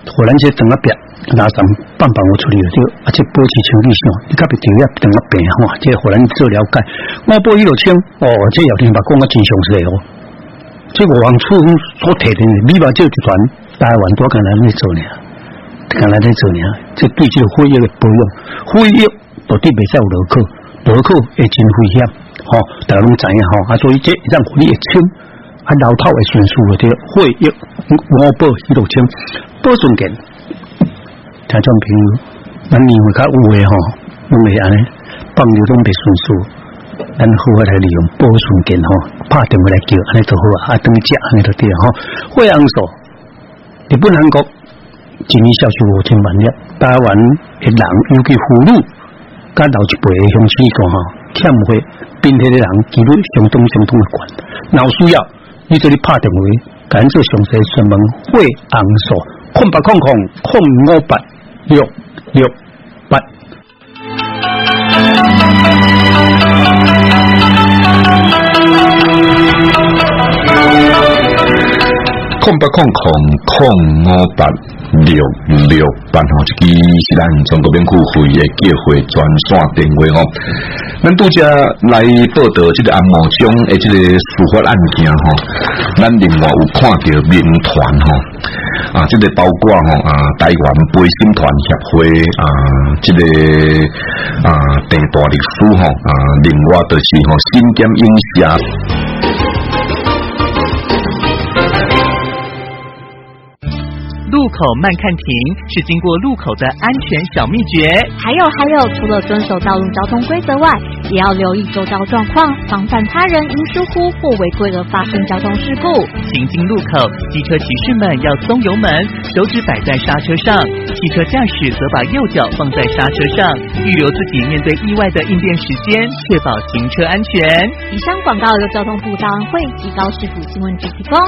互咱这等啊变，拉上棒棒我处理了，就而且保持情绪上，你特别第一等啊变吼，这互咱做了解。我报一六千，哦，这姚天把讲个真详细哦。这五行处所提的米八这集团台湾多干来在做呢，干来在做呢，这对这个会议的保养，会议到底袂使有落口，落口会真危险，吼、哦，大家拢知影吼，啊，所以这让互你会清，啊，老套会算数的这个会议我报一六千，保顺健，听众朋友，咱认为较有诶吼，拢袂安尼，放流拢袂算数。咱好啊来利用保顺健吼，拍电话来叫，安尼就好啊，啊当食安尼就对吼。惠阳所，日本韩国一年销售五千万粒，台湾的人尤其妇女，甲老一辈的乡亲讲吼，欠费并迄个人几率相当相当的悬。若有需要，你这里拍电话，甲咱做详细询问。惠阳所，空八空空空五八六六八。 空八空空空五八六六八吼，这个是咱全国免付费的结会专线电话哦。咱拄则来报道这个安茂乡的这个司法案件吼，咱另外有看到民团吼啊，这个包括吼啊台湾陪审团协会啊，这个啊地大律师吼啊，另外就是吼新检影社。 路口慢看停是经过路口的安全小秘诀。 还有还有，除了遵守道路交通规则外，也要留意周遭状况，防范他人因疏忽或违规而发生交通事故。 行经路口，机车骑士们要松油门，手指摆在刹车上；汽车驾驶则把右脚放在刹车上，预留自己面对意外的应变时间，确保行车安全。 以上广告由交通部道安会及高市府新闻局提供。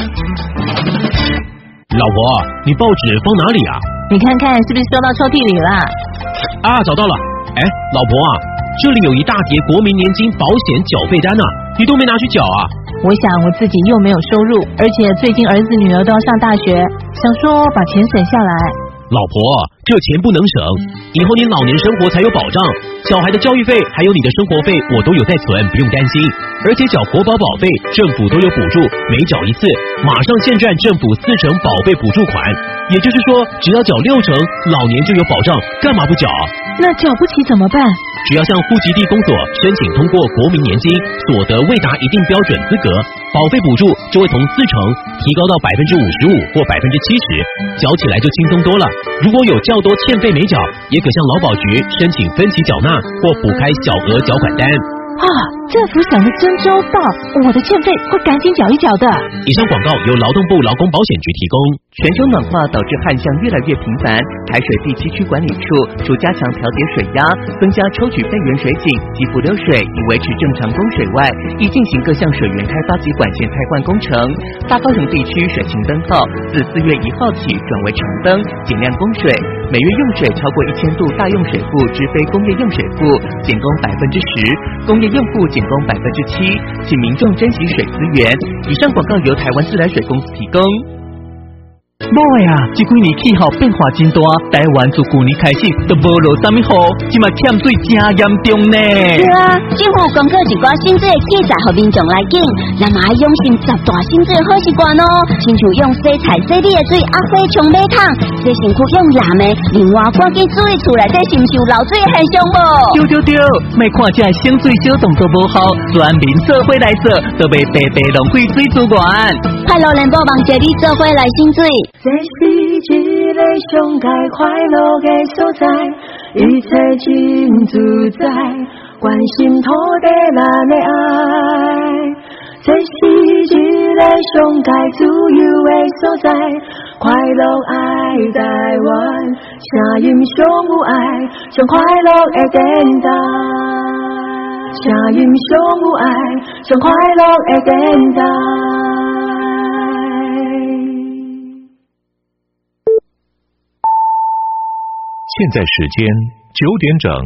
老婆，你报纸放哪里啊？ 你看看是不是收到抽屉里了？ 啊，找到了。哎，老婆啊，这里有一大叠国民年金保险缴费单啊，你都没拿去缴啊？ 我想我自己又没有收入，而且最近儿子女儿都要上大学，想说把钱省下来。 老婆，这钱不能省，以后你老年生活才有保障，小孩的教育费还有你的生活费我都有在存，不用担心。而且缴国保保费政府都有补助，每缴一次马上现赚政府四成保费补助款，也就是说只要缴六成老年就有保障，干嘛不缴？ 那缴不起怎么办？ 只要向户籍地公所申请通过国民年金，所得未达一定标准资格，保费补助就会从四成提高到百分之五十五或百分之七十，缴起来就轻松多了。如果有较多欠费没缴，也可向劳保局申请分期缴纳或补开小额缴款单。 啊，政府想得真周到，我的欠费会赶紧缴一缴的。 以上广告由劳动部劳工保险局提供。 全球暖化导致旱象越来越频繁，台水第七区管理处除加强调节水压、增加抽取备源水井及浮流水以维持正常供水外，亦进行各项水源开发及管线汰换工程。大高雄地区水情灯号自四月一号起转为橙灯，减量供水，每月用水超过一千度大用水户之非工业用水户减供百分之十，工业用户减供百分之七，请民众珍惜水资源。以上广告由台湾自来水公司提供。某呀，这几年气候变化真大，台湾自去年开始都无落什么雨，今嘛欠水真严重呢。 是啊，政府公告一寡省水记载给民众来警，咱嘛要用心十大省水好习惯哦，亲像用洗菜洗米的水，阿火冲马桶，洗身躯用蓝的，另外赶紧注意厝内底是毋是有漏水的现象无？ 对对对，莫看这省水小动作无效，全民做伙来做，都袂白白浪费水资源。 快乐联播网接你做伙来省水。 这是一个上界快乐的所在，一切真自在，关心土地咱的爱。这是一个上界自由的所在，快乐爱台湾，声音上有爱，上快乐的电台。声音上有爱，上快乐的电台。 现在时间九点整。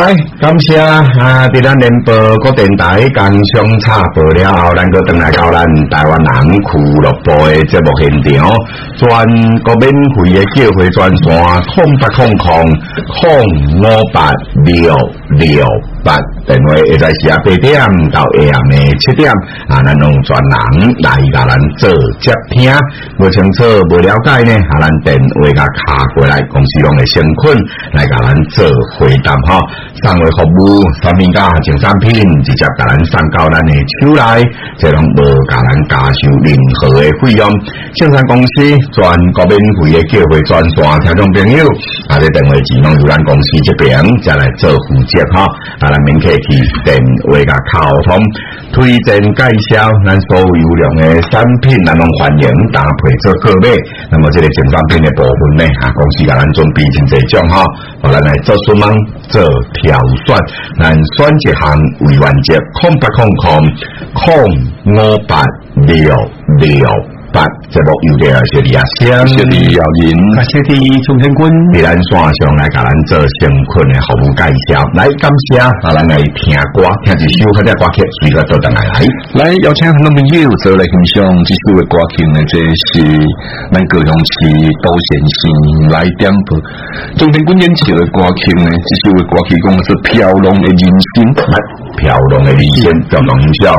来，感谢啊！伫咱联播各电台工商插播了后，咱个转来到咱台湾人俱乐部的节目现场，全国免费的叫回专线空八空空空五八六六八，电话会在下八点到下暗的七点，啊，咱用专人来甲咱做接听，无清楚无了解呢，啊，咱电话甲卡过来，公司拢会先困来甲咱做回答吼。送货服务，产品价净产品直接甲咱送到咱的手内，这拢无甲咱加收任何的费用。生产公司全国免费的叫回专线，听众朋友，啊，这电话只拢由咱公司这边再来做负责哈，啊，咱免客气，电话甲沟通，推荐介绍咱所有优良的产品，咱拢欢迎搭配做购买。那么这个净产品的部分呢，啊，公司甲咱准备真侪种哈，互咱来做询问做挑选，咱选一项为原则，空八空空空五八六六八，节目有点谢李阿香，谢李耀银， 谢李钟天军， 伫咱线上来甲咱做相关的服务介绍，来感谢，啊，咱来听歌，听一首好听歌曲，随个倒转来来， 来邀请很多朋友做来欣赏这首的歌曲呢，这是咱高雄市杜先生来点播，钟天军演唱的歌曲呢，这首的歌曲讲的是飘浪的人生， 来飘浪的人生，飘浪欣赏。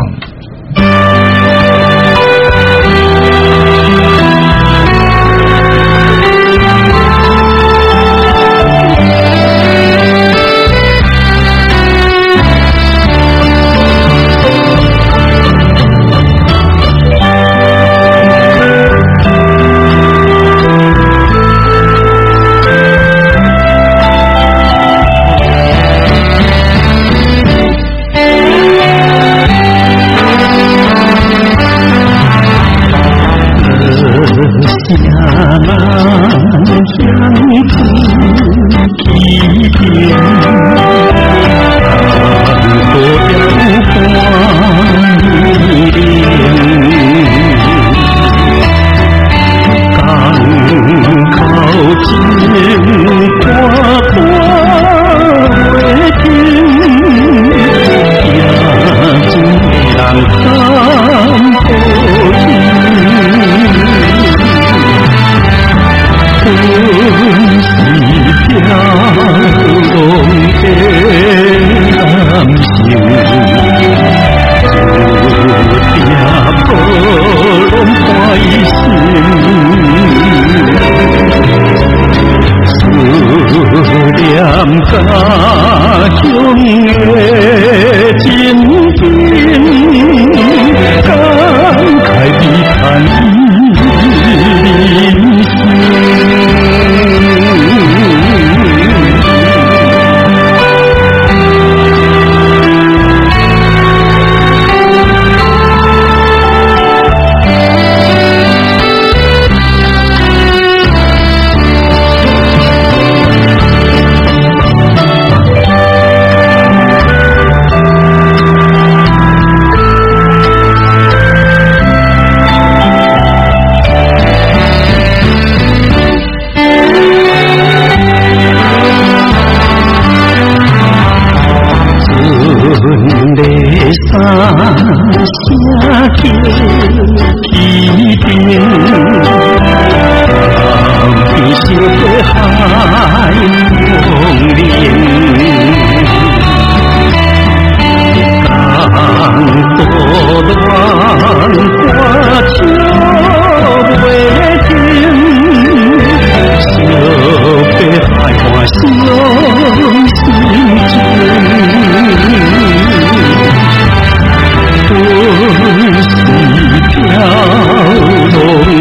飘浪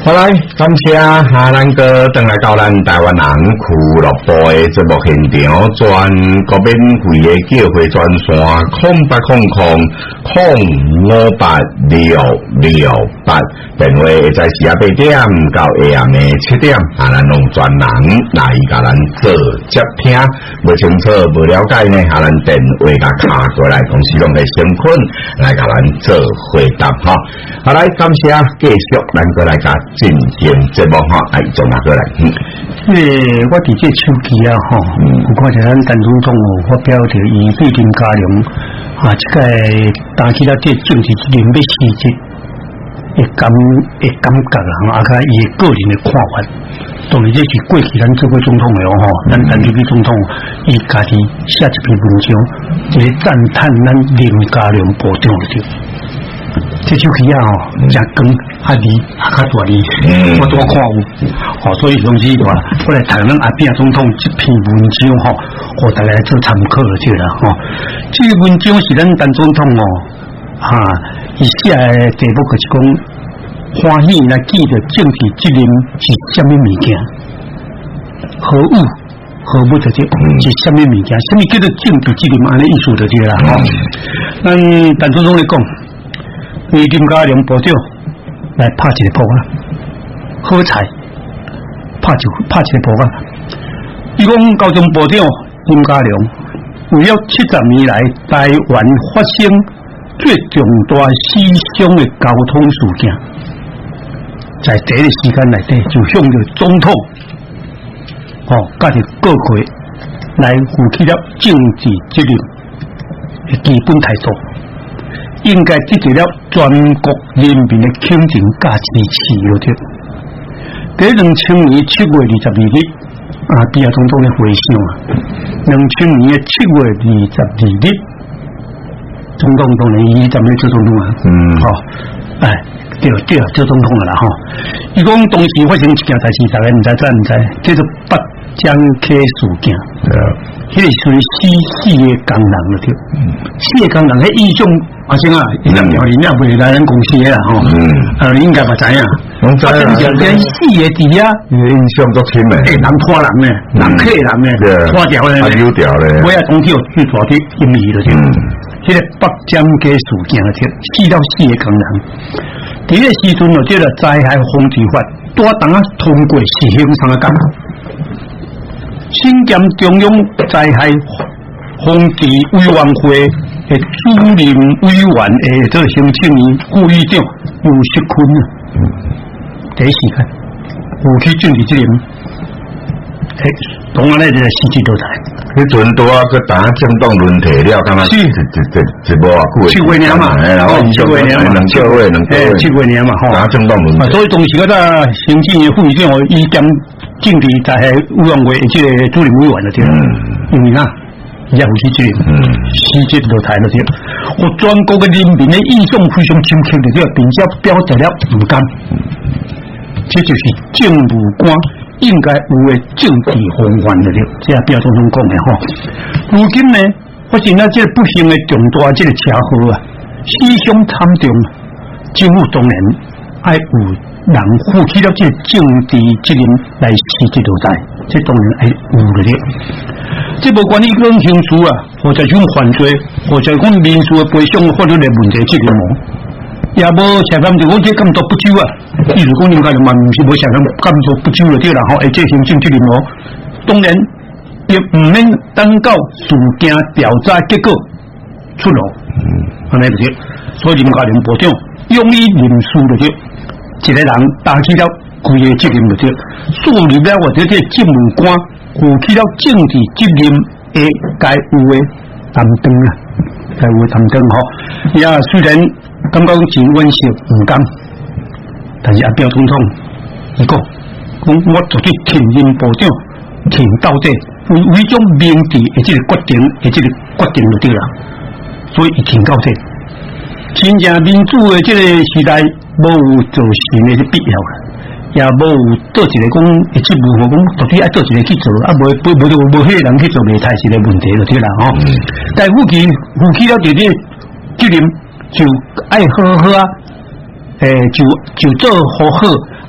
好来，感谢哈咱哥登来到咱台湾人俱乐部的节目现场，全国免费的叫回专线空八空空空五八六六八，电话会在时啊八點到下暗的七點，啊咱用專人來甲咱做接聽，不清楚不了解呢，啊咱電話甲卡過來，同時攏會先困來甲咱做回答哈。好來，感謝繼續咱過來甲。進行節目哈，嚟做哪個嚟？ 誒，我哋這手機啊，吼，有看到咱陳總統哦發表着伊對林佳龍啊，即個打起了這政治責任要辭職，會感會感覺啦，啊，甲伊個人嘅看法，當然這是過去咱做過總統嘅哦，吼，咱陳水扁總統伊家己寫一篇文章，即係讚嘆咱林佳龍部長嘅。這手機啊，吼，真光，較利，較大利，我多看有，吼，所以同時話，我來談咱阿扁總統這篇文章，吼，互大家做參考就對啦，吼。這個文章是咱陳總統哦，哈，伊寫的題目就是講，歡喜來記得政治責任是什麼物件，何物何物的這是什麼物件，什麼叫做政治責任安尼意思就對啦，吼。咱陳總統來講。為林佳龍部長來拍一個鋪啊，好彩拍一拍一個鋪啊！伊講高中部長林佳龍為了七十年來台灣發生最重大死傷的交通事件，在第一個時間內底就向着總統哦，甲着各界來負起了政治責任的基本態度。應該得到了全國人民的肯定加支持了的。在兩千年七月二十二日，啊，比亞總統的回想啊，兩千年的七月二十二日，總統當然伊就咩做總統啊，嗯，好、哦，哎，對對啊，做總統了啦，哈、哦。伊講當時發生一件代志，大家唔知知唔知，叫做北江 K 事件，對啊，迄個屬於死死嘅工人了的，死嘅工人喺意中。阿星啊，伊咁條人也袂來咱公司啦，吼，嗯，啊，你應該嘛知影，我知影，連死嘅佇遐， 印象足深誒， 誒，人拖人誒，人客人誒，拖條誒， 丟掉咧， 我也當天去抓啲意義咗先，迄個北江街事件啊，條死到死嘅工人，第一時陣就即個災害防治法，多當啊通過是向上嘅講，新兼中央災害防治委員會。誒，主任委員誒，這個行政院副院長劉錫坤啊，第一時間負起政治責任，誒，當然咧就係事實都在。 迄陣多啊，佢打政黨輪替了，咁啊，一一一一波啊， 七月年嘛，哦，七月年嘛， 七月兩個月， 七月年嘛，吼， 打政黨輪替。 所以當時嗰個行政院副院長伊兼政治在係委員會，即個主任委員就對啦，因為啊。也有去責任，死者就睇到啲，我全國嘅人民嘅意向非常深刻嘅，並且表達了唔甘，這就是政務官應該有嘅政治風範嘅了。即係標總統講嘅吼。如今呢，發生咗這不幸嘅重大這個車禍啊，死傷慘重，政府當然愛有人負起了這個政治責任來死者就睇，這當然愛有嘅了。這無關於講刑事啊，或者種犯罪，或者講民事嘅賠償法律嘅問題責任冇，也無裁判就講這咁多不周啊。意思講應該就嘛唔是無裁判咁多不周就對啦，吼，而這行政責任冇，當然亦唔免等到事件調查結果出爐，安尼就對。所以林佳龍部長勇於認輸就對，一個人擔起了規個責任就對，樹立了或者這政務官。負起了政治責任嘅該有嘅擔當啊，該有嘅擔當吼。也雖然感覺真惋惜唔甘，但是阿標總統伊講，講我做啲挺林部長，挺到底，為為種明智嘅這個決定，嘅這個決定就對啦。所以伊挺到底，真正民主嘅這個時代，無做事嘅必要啦。也無做一個講，一節目我講到底愛做一個去做，啊無無無無迄個人去做，未太是個問題就對啦吼。但負起負起了這個責任，就愛好好啊，誒、欸，就就做好好，啊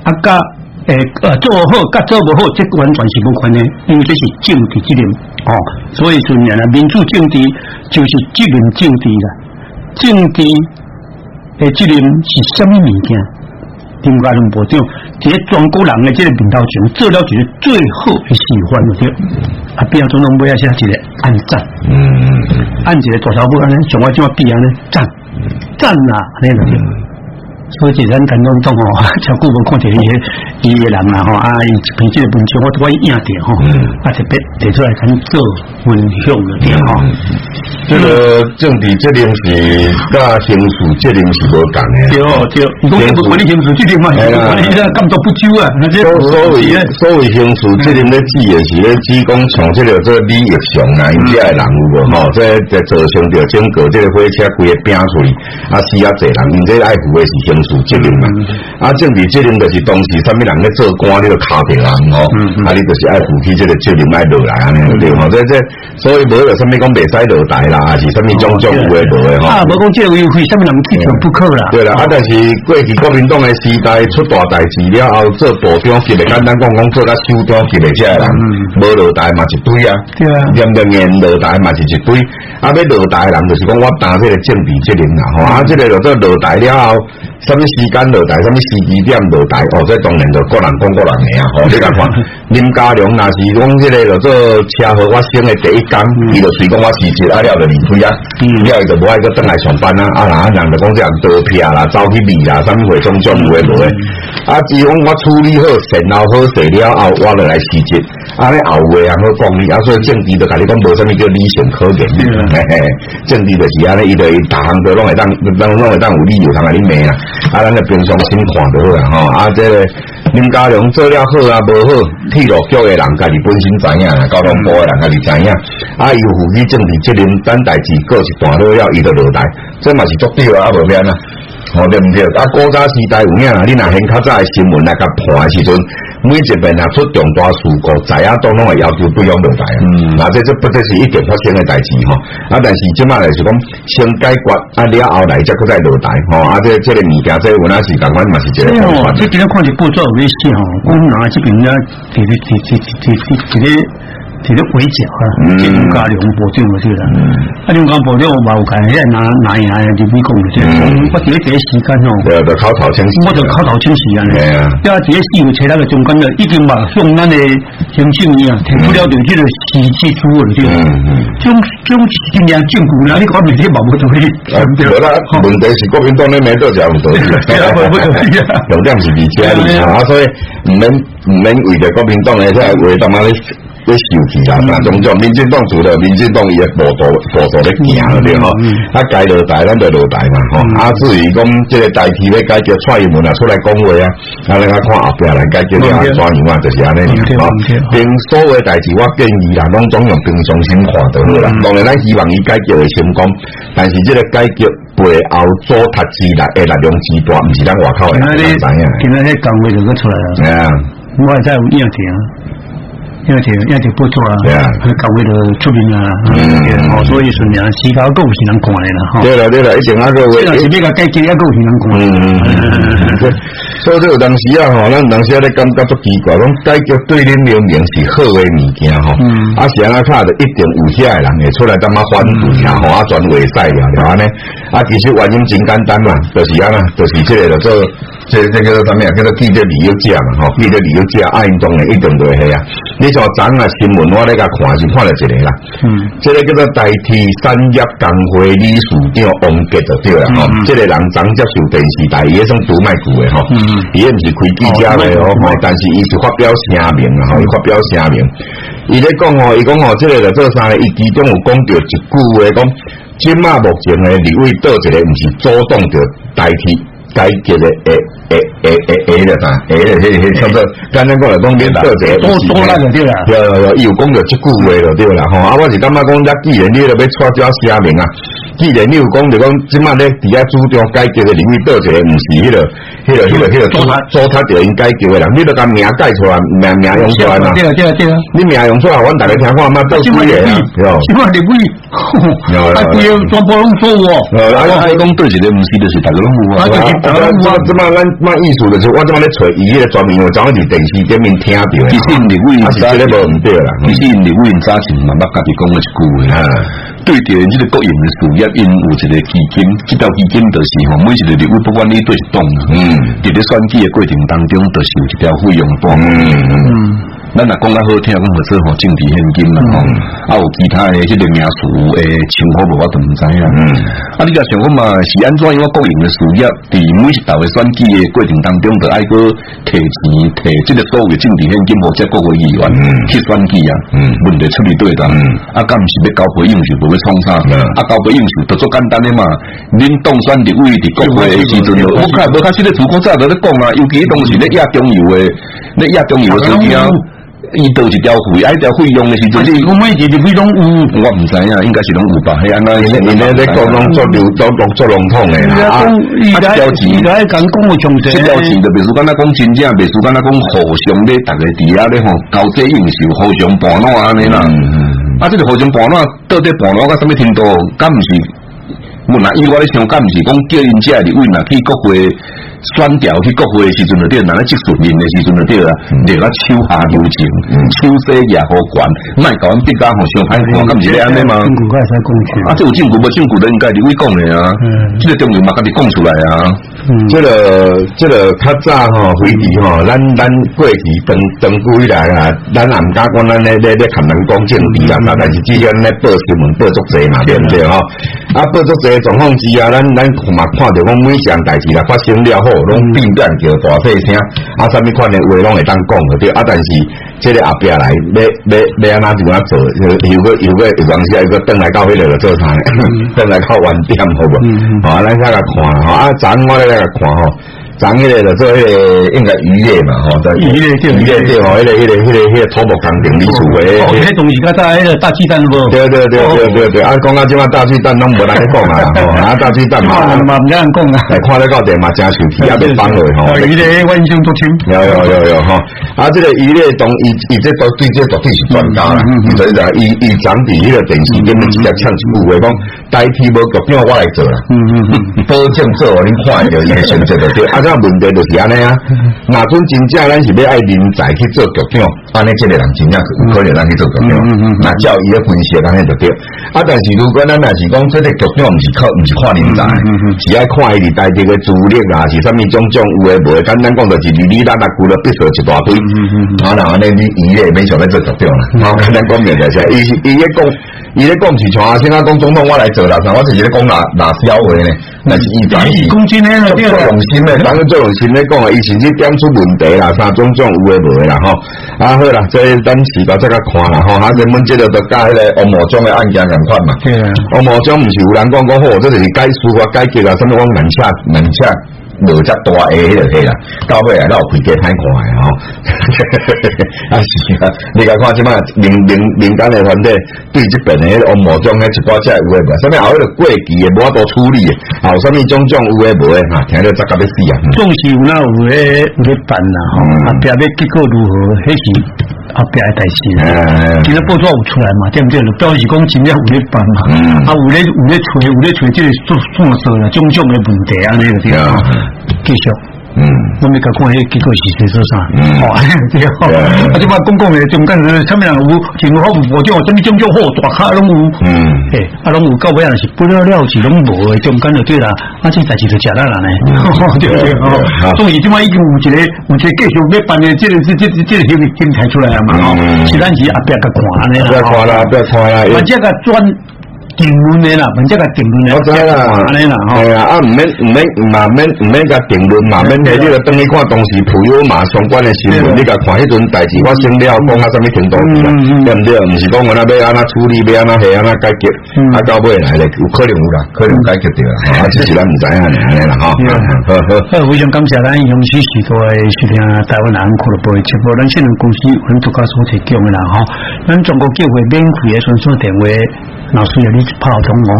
啊，甲诶呃做好甲做不好，这完全是无关的，因为这是政治责任哦。所以说呢，民主政治就是责任政治啦。政治诶责任是什么物件？林佳龙部长伫咧全国人的这个频道上做了一个最好的示范，对。啊，边总统尾啊写一个按赞，嗯，按一个大头尾安尼，像我这么比安尼赞赞啦，安尼就对。所以咱感动中吼，超久无看到伊个伊个人啦吼，啊，伊凭这个文章我都可以印着吼，啊，特别提出来咱做分享了对吼。 这个政治责任是甲刑事责任是无共的。 对对，你讲不管你刑事责任嘛，管你这监督不周啊，那这所谓所谓刑事责任咧指的是咧指讲从这个做利益上啊，因遮个人有无吼，这这造成着整个这个火车规个拼出去，啊死啊侪人，因这爱负的是刑事责任嘛。啊，政治责任就是当时啥物人咧做官，你就卡着人吼，啊，你就是爱负起这个责任爱落来安尼对吼，这这所以无有啥物讲袂使落台啦。还是什么种种有诶无诶吼？ 啊，无讲这个优惠，什么人去做不可啦？ 对啦，啊，但是过去国民党诶时代出大代志了后，做部长级诶，简单讲讲做甲首长级诶，遮个人无落台嘛一堆啊，对啊，连连连落台嘛是一堆，啊，要落台诶人就是讲我担这个政治责任啦，吼，啊，这个就做落台了后，什么时间落台，什么时机点落台，哦，这当然就个人讲个人诶啊，吼，你甲看林佳龙若是讲这个就做车祸发生诶第一天，伊就随讲我辞职啊了就。离开啊，了伊就无爱搁转来上班啊，啊啦，人就讲这样多撇啦，走去理啦，啥物货种种有诶无诶，啊，只讲我处理好，善后好势了后，我就来辞职，啊，你后话啊好讲你，啊，所以政治就甲你讲无啥物叫理想可言，嘿嘿，政治就是安尼，伊就逐项都拢会当，拢拢会当有理由通甲你骂啦，啊，咱就平常心看就好啦，吼，啊，这个林佳龙做了好啊，无好，铁路局诶人家己本身知影啦，交通部诶人家己知影，啊，伊负起政治责任。咱代志过一段落了，伊就落台，这嘛是足对啊，啊无免啊，吼对毋对？啊，古早时代有影啊，你若现较早诶新闻来甲判诶时阵，每一遍若出重大事故，在啊当拢会要求对方落台啊。嗯，啊这这不这是一定发生诶代志吼，啊但是即马来是讲先解决啊了后来才搁再落台吼，啊这这个物件这有哪是共款嘛是一个方法。 这今天看起报纸有咧写吼，讲哪这边咧，提提提提提提提咧。提咧围剿啊，林佳龙部长就对啦。啊，林佳部长我嘛有看，迄拿拿赢就美国就对。我伫咧第一时间吼， 对，就口头清晰， 我就口头清晰啊。系啊，第二第一四月七那个中间就已经嘛向咱的行政院啊提出了对这个实际出了对。嗯嗯。种种尽量证据啦，你讲明天嘛无做去。 啊，对啦，问题是国民党咧没做就唔到。 对啊，无无做去啊。 重点是伫遮里啊，所以唔免唔免为着国民党诶，即系为他妈咧。咧受气啦，那种种民进党除了民进党伊诶步道步道咧行对吼，啊该落台咱就落台嘛吼，啊至于讲即个代替咧解决蔡英文啊出来讲话啊，啊咱啊看后壁来解决了安怎样啊，就是安尼吼。平所有诶代志我建议啦，拢总用平常心看就好啦。当然咱希望伊解决会成功，但是即个解决背后做读资来诶力量之大，毋是咱外口诶人知影。 今仔日讲话就搁出来了， 系啊， 我还在有影听。要条要条不错啊，佢教会就出面啊，哦，所以顺良时间够是能看的啦， 对啦对啦，一定啊个， 虽然是比较解决也够是能看。嗯嗯，所以这有当时啊，吼，咱当时咧感觉足奇怪，讲解决对恁明明是好的物件吼，啊是安那卡就一定有遐个人会出来他妈反对啊，吼啊转话使了了安尼，啊其实原因真简单嘛，就是安那，就是这个叫做这这叫做啥物啊？叫做记者利益者嘛，吼，记者利益者啊，因当然一定就会系啊，你。昨昨啊新闻我咧甲看是看了一个啦，嗯，这个叫做代替产业工会理事长王杰就对啦，吼、嗯，这个人曾接受电视台，伊迄种读卖句诶吼，嗯，伊毋是开记者诶吼，但是伊是发表声明啊，吼，伊发表声明，伊咧讲吼，伊讲吼，这个就做啥咧？伊其中有讲到一句话，讲即马目前诶立委倒一个毋是主动着代替。解决的诶诶诶诶诶了啥？诶诶诶，差不多。简单讲来讲，免倒一个， 多多那就对啦。 有有有，伊有讲着即句话就对啦吼。啊，我是感觉讲，咱既然你都要出遮声明啊， 既然你有讲就讲，即摆咧伫遐主张改革的领域，倒一个毋是迄个、迄个、迄个、迄个主主他着因改革的人，你著甲名改出来，名名用出来嘛。 对啊对啊对啊！ 你名用出来，阮逐个听看嘛，倒几个啊？ 起码立委，啊，规个全部拢做哦。 啊，我讲对一个毋是，就是逐个拢有啊。 啊，就是逐个拢有啊。即摆咱咱意思就是，我即摆咧找伊迄个专门，昨昏伫电视顶面听着。 其实立委啊是这个无毋对啦， 其实立委早前嘛捌家己讲过一句话啊。对着即个国营的事业，因有一个基金，即条基金就是吼，每一个立委不管你对一党，嗯，伫咧选举的过程当中，就是有一条费用单。嗯嗯，咱若讲较好听，讲或者吼政治现金啦吼，啊有其他的迄个名词诶称呼无我都毋知影。嗯，啊你甲想讲嘛是安怎？因为国营的事业，伫每一道的选举的过程当中，就爱个摕钱摕即个所有的政治现金或者各个议员去选举啊。嗯，问题出伫对当，啊敢毋是要交回应酬无？创啥？啊，交俾应酬就做简单的嘛。恁当选立委伫国会的时阵，我看无较实咧，主国早就咧讲啊，尤其当时咧亚中油的，咧亚中油的时阵，伊倒一条费，啊，一条费用的时阵，你我每一条费拢有， 我唔知影，应该是拢有吧？系安那， 因咧咧讲拢做流做做做笼统的啦。啊， 伊来伊来讲讲个详细， 这条钱就别说敢若讲真正，别说敢若讲互相咧，逐个伫遐咧吼交际应酬，互相盘弄安尼啦。啊，这个互相盘弄到底盘弄到什么程度？敢毋是？我若以我咧想，敢毋是讲叫因遮立委若去国会选调去国会的时阵就对，若咧即顺任的时阵就对啦，就甲手下留情，手势也好悬，莫甲阮逼甲互相歹看，敢毋是咧安尼嘛？ 政府该使讲出， 啊，这有证据无证据都应该立委讲的啊，这个重要嘛，家己讲出来啊。 这个这个较早吼，回题吼，咱咱过去长长久以来啊，咱也毋敢讲咱咧咧咧含人讲政治啊，但是只要咧报新闻报足济嘛，对毋对吼？啊，报足济状况之下，咱咱嘛看着讲每项代志啦发生了后，拢变变叫大细声，啊，啥物款的话拢会当讲着对，啊，但是这个后壁来要要要安怎就安做，有个有个有当时有个转来到迄个做啥，转来到原点好无？啊，咱再来看吼，啊，昨我咧。看吼，咱迄个就做迄个应该渔业嘛吼， 渔业对渔业对吼，迄个迄个迄个迄个土木工程理事会， 哦，迄东西较早迄个大鸡蛋无？ 对对对对对对，啊，讲到即马大鸡蛋拢无人咧讲啊，吼，啊，大鸡蛋嘛， 嘛毋敢讲啊， 来看咧到底嘛真生气，也袂放落吼。 渔业我印象都深， 有有有有吼，啊，这个渔业同伊伊这都对这绝对是专家啦，所以就伊伊长伫迄个电视顶面直接呛一句话讲，代替无局长我来做啦，嗯嗯嗯，保证做互恁看着伊会成绩就对。啊，这问题就是安尼啊。若准真正咱是要爱人才去做局长，安尼这个人真正有可能咱去做局长。那照伊的分析，安尼就对。啊，但是如果咱若是讲这个局长毋是靠毋是看人才，是爱看伊伫台地个资历啊，是啥物种种有诶无诶。简单讲就是哩哩啦啦，规了必须一大堆。啊，然后呢，你伊咧免想要做局长啦。啊，简单讲明就是，伊是伊咧讲，伊咧讲是像啊，现在讲总统我来做啦，我就是咧讲哪哪消话呢？但是伊当是讲真诶， 做用心诶，当然做用心咧讲啊，伊甚至点出问题啦，啥种种有诶无诶啦吼。啊好啦，这咱时间再甲看啦吼，啊，原本即个就甲迄个王某忠诶案件共款嘛。对啊。王某忠毋是有人讲讲好，这就是改司法改革啊，什么讲门车门车。无遮大个迄个嘿啦，到尾来咱有开价歹看诶吼，啊是啊，你甲看即摆民民民间诶团体对即边诶王某忠诶一寡遮有诶无，啥物后迄个过期诶无法度处理诶，啊有啥物种种有诶无诶哈，听着则甲要死啊！ 总是有那有诶有咧办啦吼，啊壁要结果如何，迄是后壁诶代志啦。今日报纸有出来嘛，对毋对？表示讲真正有咧办嘛，啊有咧有咧找有咧找即个做做事啦，种种诶问题安尼个对啊。继续，嗯，我们甲看迄结果是谁做啥？哦，对哦，啊，即摆公共诶，中间是啥物人有，政府部部长，啥物种种好，大咖拢有，嗯，嘿，啊，拢有到尾也是不了了之，拢无诶，中间就对啦，啊，这代志就食啦啦呢，对对哦，所以即摆已经有一个有一个继续要办诶，这个这这这个形形态出来啊嘛，吼，是咱是后壁甲看安尼啦， 不要看啦，不要看啦， 啊，这个专。定论的啦，反正个定论的， 我知啦， 安尼啦， 系啊，啊唔免唔免嘛免唔免个定论嘛，免喺呢个等你看当时普悠嘛相关的新闻，你甲看迄阵代志发生了，讲啊什么程度啦，对唔对？唔是讲我那要安那处理，要安那系安那解决，啊到尾来咧，有可能有啦，可能解决掉啦，啊只是咱唔知影安尼啦，哈，好好， 非常感谢咱用许许多诶收听台湾人俱乐部的节目，咱新闻公司很独家所提供的啦，哈，咱中国机会免费诶传送电话。老师有你炮通我，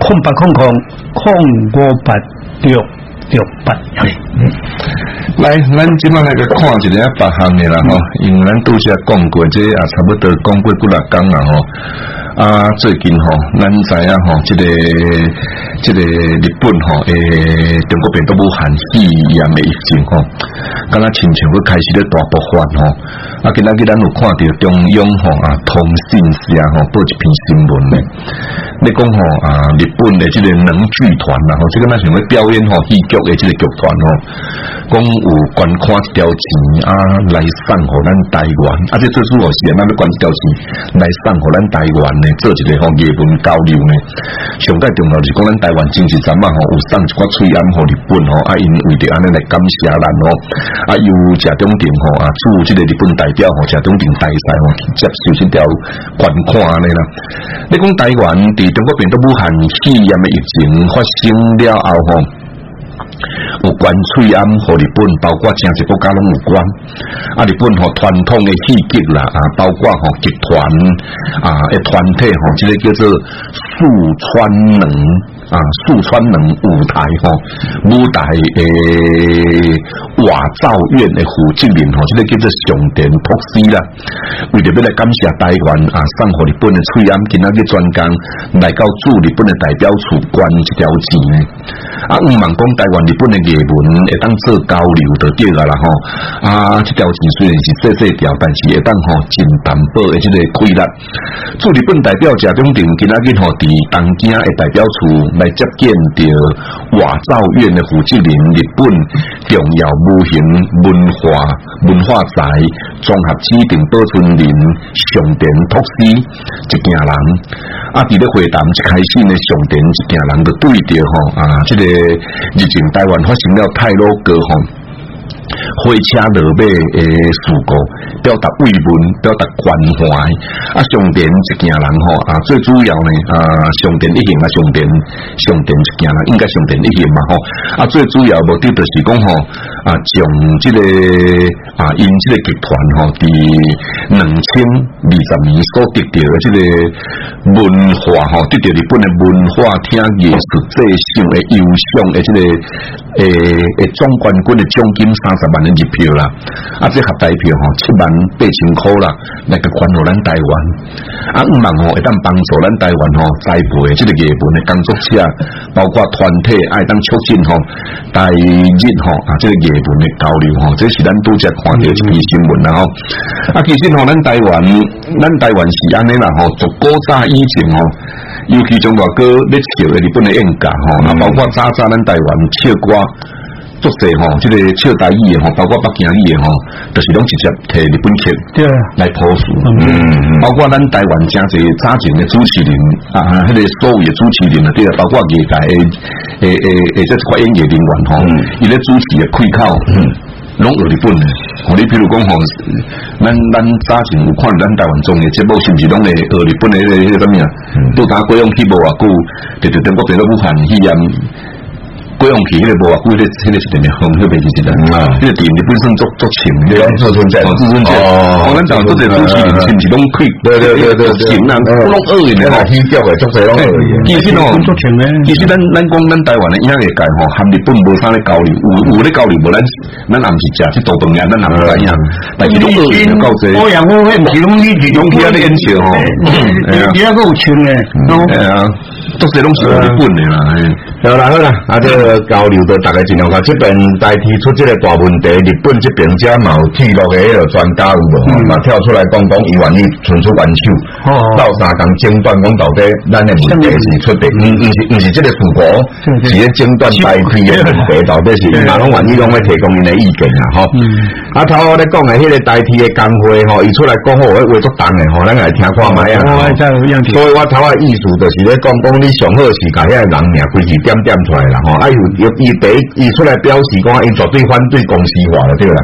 空八空空空五八六六八。 嗯，来，咱即摆来个看一个别项的啦吼，因为咱拄则讲过，这也差不多讲过几六工啦吼。啊，最近吼，咱知影吼，即、這个即、這個日本吼，诶、欸，中國病毒武漢肺炎的疫情吼，敢若親像要開始咧大爆發吼。啊，今仔日咱有看到中央吼啊通訊社吼報一篇新聞咧，你講吼啊，日本的即個能劇團啦吼，即個咱想要表演吼戲劇的即個劇團吼，講有捐款一條錢啊來送互咱台灣，啊，即最主要是咱要捐一條錢來送互咱台灣。做一個吼藝文交流呢，上界重要是講咱台灣前一陣嘛吼，有送一寡喙罨互日本吼，啊因為着安尼來感謝咱吼，啊由謝長廷吼啊駐即個日本代表吼謝長廷大使吼去接受即條捐款安尼啦。你講台灣佇中國病毒武漢肺炎的疫情發生了後吼，有捐喙罨互日本，包括真濟國家攏有捐。啊，日本吼傳統嘅戲劇啦，啊，包括吼劇團啊，嘅團體吼，即、這個叫做四川能啊，四川能舞台吼，舞台誒瓦造院嘅負責人吼，即、這個叫做上田拓司啦。為着要來感謝台灣啊，送互日本嘅喙罨，今仔日專工來到駐日本嘅代表處捐一條錢呢。啊，毋茫講台灣日本嘅藝文會當做交流就對啊啦吼。啊，這條錢雖然是細細條，但是會當吼真擔保嘅即個規律。駐日本代表謝長廷今仔日吼佇東京嘅代表處來接見到瓦造院嘅負責人，日本重要無形文化文化財綜合指定保存人上田拓司一行人。啊，佇咧會談一開始呢，上田一行人就對着吼啊，即、這個日前台灣發生了太魯閣吼火車落尾誒事故，表達慰問，表達關懷。啊，上田一行人吼啊，最主要呢啊，上田一行啊，上田上田一行人應該上田一行嘛吼。啊，最主要目的就是講吼啊，將即、這個啊，因即個劇團吼佇兩千二十年所得到嘅即個文化吼，得到日本嘅文化廳藝術祭賞嘅優賞嘅即個誒誒總冠軍嘅獎金三十萬嘅日票啦，啊，即合台票吼七萬八千塊啦，來個捐予咱台灣。啊，毋茫吼會當幫助咱台灣吼栽培即個藝文嘅工作者，包括團體愛當促進吼台日吼啊，即個藝文嘅交流吼，這是咱拄則看到一篇新聞啦吼。啊，其實吼咱台灣，咱台灣是安尼啦吼，從古早以前吼，尤其中國哥咧笑嘅日本嘅演歌吼，啊，包括早早咱台灣唱歌。足濟吼，即個笑台語嘅吼，包括北京語嘅吼，就是攏直接摕日本劇來譜述。嗯，包括咱台灣真濟早前嘅主持人啊，迄、那個所謂嘅主持人啊，對啊，包括業界嘅誒誒誒，即係演藝人員吼，伊咧主持嘅開口，攏有日本嘅。你譬如講吼，咱咱早前有看咱台灣綜藝節目，是毋是攏會學日本嘅迄個迄個啥物啊？都打過用起無偌久，直直中國病毒武漢肺炎。過用期迄個無話，嗰個迄個是點樣紅？迄個袂記得啦。迄個電日本身足足情嘅，自尊者，自尊者。我咱就做啲主持人，是毋是攏開？對對對對，情啊，攏惡嘅，吼，起腳嘅，足濟攏惡嘅。其實吼，足情咧。其實咱咱講咱台灣嘅影嘅界吼，含日本無啥咧交流，有有咧交流，無咱咱也毋是食即道飯啊，咱也唔知影。但是攏惡嘅夠濟。我樣我迄毋是攏呢幾種其他啲演笑吼，其他都有情嘅。係啊，足濟攏是日本嘅啦。好啦好啦，啊這個交流到大家盡量看，這邊代提出這個大問題，日本這邊只嘛有記錄嘅迄個專家有無？嘛跳出來講講，伊願意伸出援手，鬥相共診斷講到底，咱嘅問題是出題，唔唔是唔是這個事故，是咧診斷代提嘅問題，到底是嘛攏願意講要提供因嘅意見啊，吼。啊頭我咧講嘅迄個代提嘅工會，吼，伊出來講好，話足重嘅，吼，咱來聽看賣啊。所以我頭個意思就是咧講講，你上好是甲遐人命規氣點點出來啦，吼。啊，有有伊第一伊出來表示講，伊絕對反對公司化了，對啦。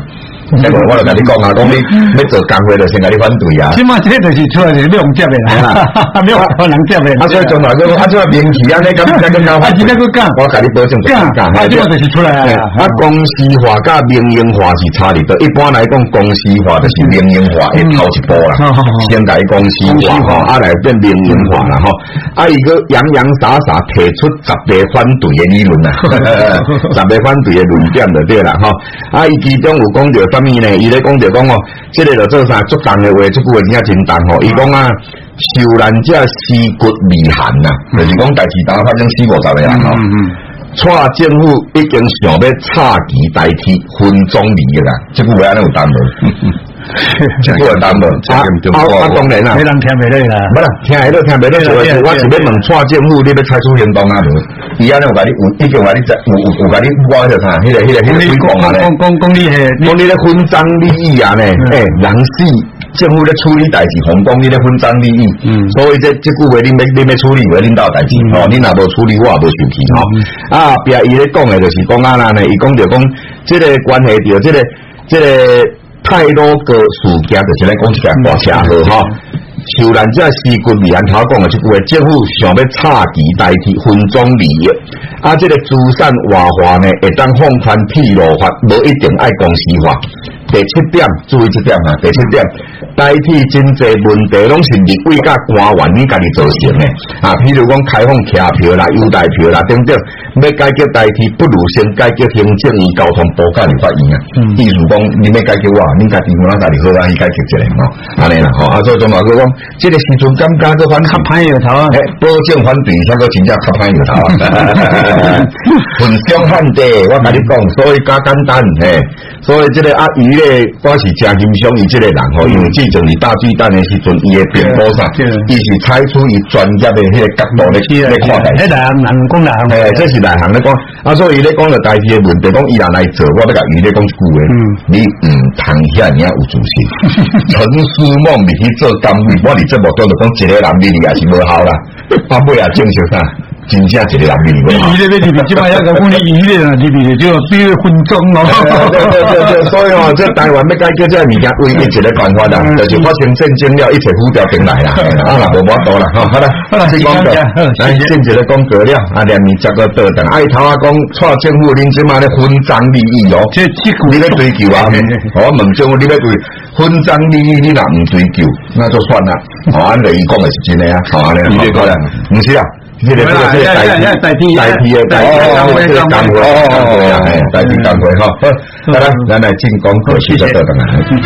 结果我就甲你讲啊，讲你要做工会就先甲你反对啊。 起码这就是出来就是要用接的啦，没有可能接的。 啊，所以将来个啊，这名气啊，你咁再更加， 啊，今天个讲， 我甲你保证做干， 啊，这就是出来啊。 啊，公司化甲民营化是差伫多，一般来讲，公司化就是民营化会头一步啦，先甲公司化吼，啊来变民营化啦吼，啊伊个洋洋洒洒提出十个反对的理论啦，十个反对的论点就对啦吼，啊伊其中有讲到啥物呢？伊咧讲着讲哦，即个就做啥足重的话，即句话真正真重吼。伊讲啊，受难者尸骨未寒呐，就是讲代志打发生四五十个人吼。蔡政府已經想要插旗代替分總理啦，即句話安尼有擔無？即句有擔無？啊啊當然啦， 你人聽袂落啦， 唔啦，聽會落聽袂落，我是要問蔡政府，你要採取行動啊？無？伊安尼有甲你有已經話你有有有甲你我迄個啥？迄個迄個迄個講啊咧， 講講你係講你咧分贓利益啊咧，誒人死。政府咧處理代志，紅講你咧分贓利益，嗯，所以這這句話你要你要處理為領導代志，哦，你若無處理，我也無生氣吼。啊，別伊咧講嘅就是講啊啦呢，伊講就講，這個關係到這個這個太魯閣事件，就是咧講一個大車禍吼。受難者屍骨未安頭講嘅這句話，政府想要插旗代替分贓利益，啊，這個資產活化呢，會當放寬披露法，無一定愛公司化。第七點，注意這點啊！第七點，代替真濟問題，攏是立委甲官員你家己造成的啊。譬如講開放騎票啦、優待票啦等等，要解決代替，不如先解決行政與交通部甲你發言啊。意思講，你要解決我，你家己我家己好啊，去解決一下哦。安尼啦，吼啊，所以總話佢講，這個時陣感覺個反較歹搖頭啊，誒，保證反對，那個真正較歹搖頭啊。分享反對，我甲你講，所以較簡單誒，所以這個阿魚。我是真欣賞伊即個人吼，因為自從伊大巨蛋的時陣，伊的辯駁啥，伊是採取伊專業的迄個角度咧咧看待。 迄內行人講內行， 誒，這是內行咧講。啊，所以伊咧講着代志的問題，講伊人來做，我要甲伊咧講一句話，你唔通遐爾有自信，陳思夢未去做單位，我哋這麼多就講一個人比你也是無效啦，啊，尾也證實啥？真正一個人比你無效。 伊咧要入面，即擺遐個講你伊咧入面就比如分鐘咯。 對對對對，所以哦，這台灣要解決這個物件，唯一一個辦法啦，就是發生戰爭了，一切呼調進來啦。啊，嗱，無法度啦，好，好啦，先講到，來，先一個講過了，啊，連面十個道等，愛頭啊講，蔡政府恁即馬咧分贓利益哦，這這你咧追求啊，我問政府你咧追分贓利益，你若唔追求，那就算啦。哦，按照伊講嘅是真嘅啊，好安尼，你講啦，唔是啊。這個這個代替代替代替嘅代替崗位，這個崗位崗位啊，係代替崗位哈。好，得啦，咱來進講課時就得啦。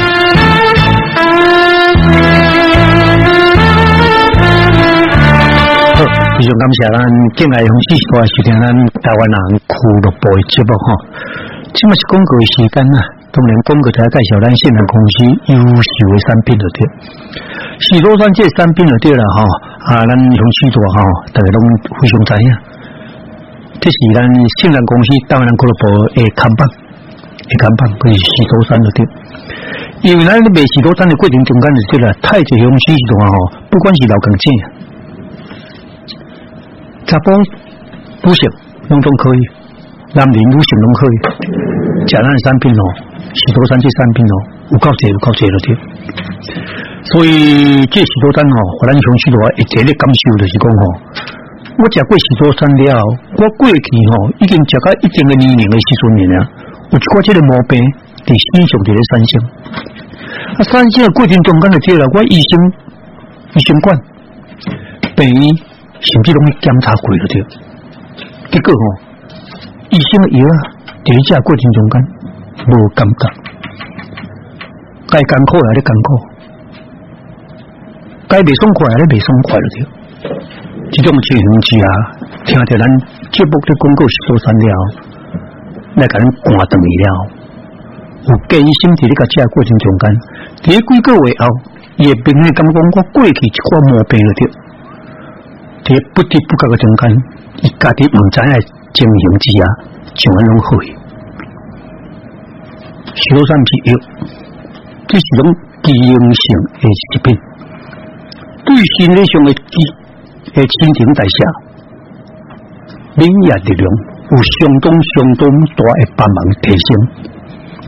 好，非常感謝咱敬愛用四個收聽咱台灣人俱樂部嘅節目哈。這麼是廣告嘅時間啊，當然廣告就係介紹咱現行公司優秀嘅產品就對。許多山這產品就對啦哈。啊，咱用許多哈，大家攏非常知影。這是咱信任公司台灣人俱樂部嘅看板，嘅看板，佢是許多山就對。因為咱賣許多山嘅過程中間就對啦，太濟用許多哈，不管是勞工者、查甫、女性，攏總可以，男人女性攏可以。食咱嘅產品哦，許多山這產品哦，有夠濟有夠濟就對。所以這許多山吼，互咱鄉許多一個咧感受就是講吼，我食過許多山了，我過去吼已經食到一定嘅年齡嘅時陣呢，有一寡這個毛病，佇身上佇咧產生。啊，產生嘅過程中間就對啦，我醫生醫生管病醫甚至攏去檢查過了對，結果吼，醫生嘅藥啊，佇咧食過程中間無感覺，該艱苦來咧艱苦。該袂爽快咧，袂爽快了對。這種情形之下，聽到咱節目的廣告是做三了，來甲咱關斷了。有建議身體咧個食過程中間，第幾個月後，伊會明顯感覺我過去一寡毛病了對。在不知不覺嘅中間，伊家己唔知影情形之下，像安攏好去。許多山唔是藥，這是種機能性嘅疾病。對身體上嘅基嘅新陳代謝、免疫力量有相當相當大嘅幫忙提升。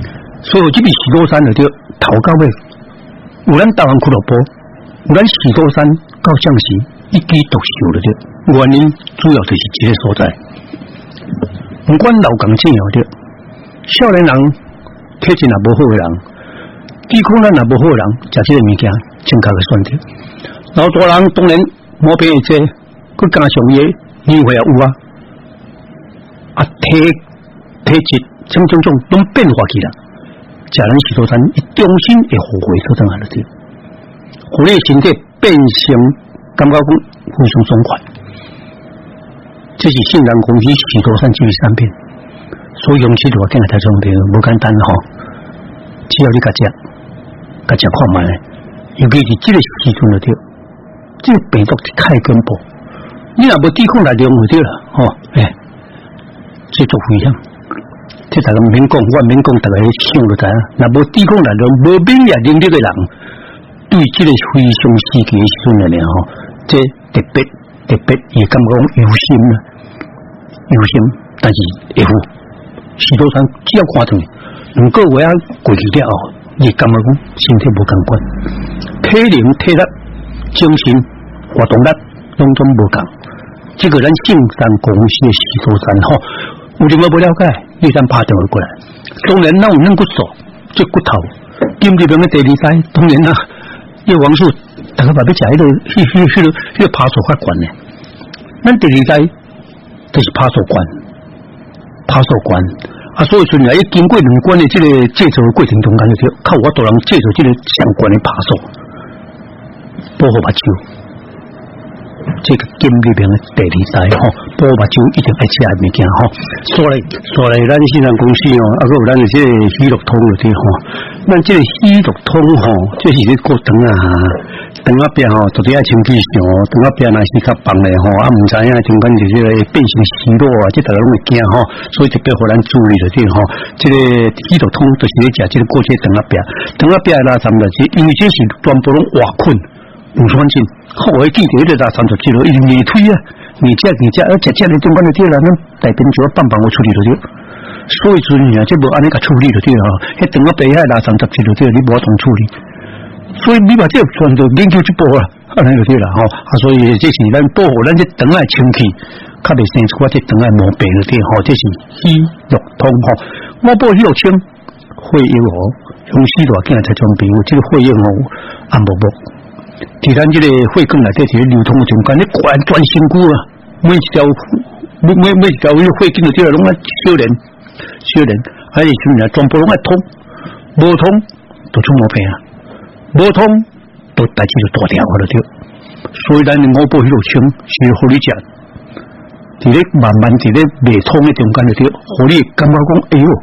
所以这边许多山就头到尾，有咱台湾俱乐部，有咱许多山到将士一枝独秀了对，原因主要就是这个所在。不管老港正有对，少年人体质也无好的人，抵抗力也无好的人，食这个物件正确的选择。老大人当然毛病会多，佮加上伊年岁也有啊，啊体体质种种种拢变化起来。食咱许多山，伊重新会后悔所当下了对，互你身体变成感觉讲非常爽快。这是信任公司许多山这个产品，所以用起就话今日台中朋友无简单吼，只要你甲食，甲食看卖，尤其是这个时阵就对，这个病毒是太根本，你若无抵抗力量就对了吼，哎，这足危险。这大家免讲，我免讲，大家想就知影。若无抵抗力量、无免疫能力的人，对这个非常时期的时阵呢，吼，这特别特别也感觉忧心啦，忧心，但是会好。许多人只要看到，两个月啊过去了后，你感觉讲身体无共款，体能、体力、精神、活动力拢总无共。这个咱圣山公司的许多山吼。有另外不了解，你先拍电话过来。当然，咱有软骨素，这骨头，今日边的第二代，当然啦，这王叔，大家把要食迄个，迄、迄、迄个、迄个拍手法管呢。咱第二代就是拍手管，拍手管啊，所以说你要经过两关的这个制作的过程中间，就靠我多人制作这个相关的拍手，保护目睭。这个金里边的第二代吼，保目睭一定爱吃的物件吼。所以，所以咱信任公司哦，啊，还有咱的这个喜乐通有滴吼，咱这个喜乐通吼，这是咧过长啊，长啊边吼，到底爱清气上，长啊边若是较放咧吼，啊，唔知影中间就这个变成虚弱啊，这大家拢会惊吼，所以特别互咱注意了滴吼。这个喜乐通就是咧食这个过节长啊边，长啊边啦，咱们就是因为这是全部拢瓦困。无酸性，后来记得咧，咱三十几路一直逆推啊，你这你这而且这里中间的对啦，咱大边就要棒棒我处理了对，所以说你啊，这无安尼个处理了对啊，迄等我北海啦三十几路对，你无同处理，所以你把这个全都研究一步啊，安尼就对啦吼，啊，所以这是咱保护咱这肠爱清气，较袂生出我这肠爱毛病了对吼，这是喜乐通吼，我保喜乐清会用哦，用许多囝才装病，这个会用哦，按无无。伫咱这个血管内底，伫流通的中间，你完全身躯啊，每一条每每每一条血管就对了，拢爱修炼修炼，还是什么全部拢爱通，无通就出毛病啊，无通就代志就大条了对。所以咱我保迄路清是互你食，伫咧慢慢伫咧未通的中间就对，互你感觉讲哎哟。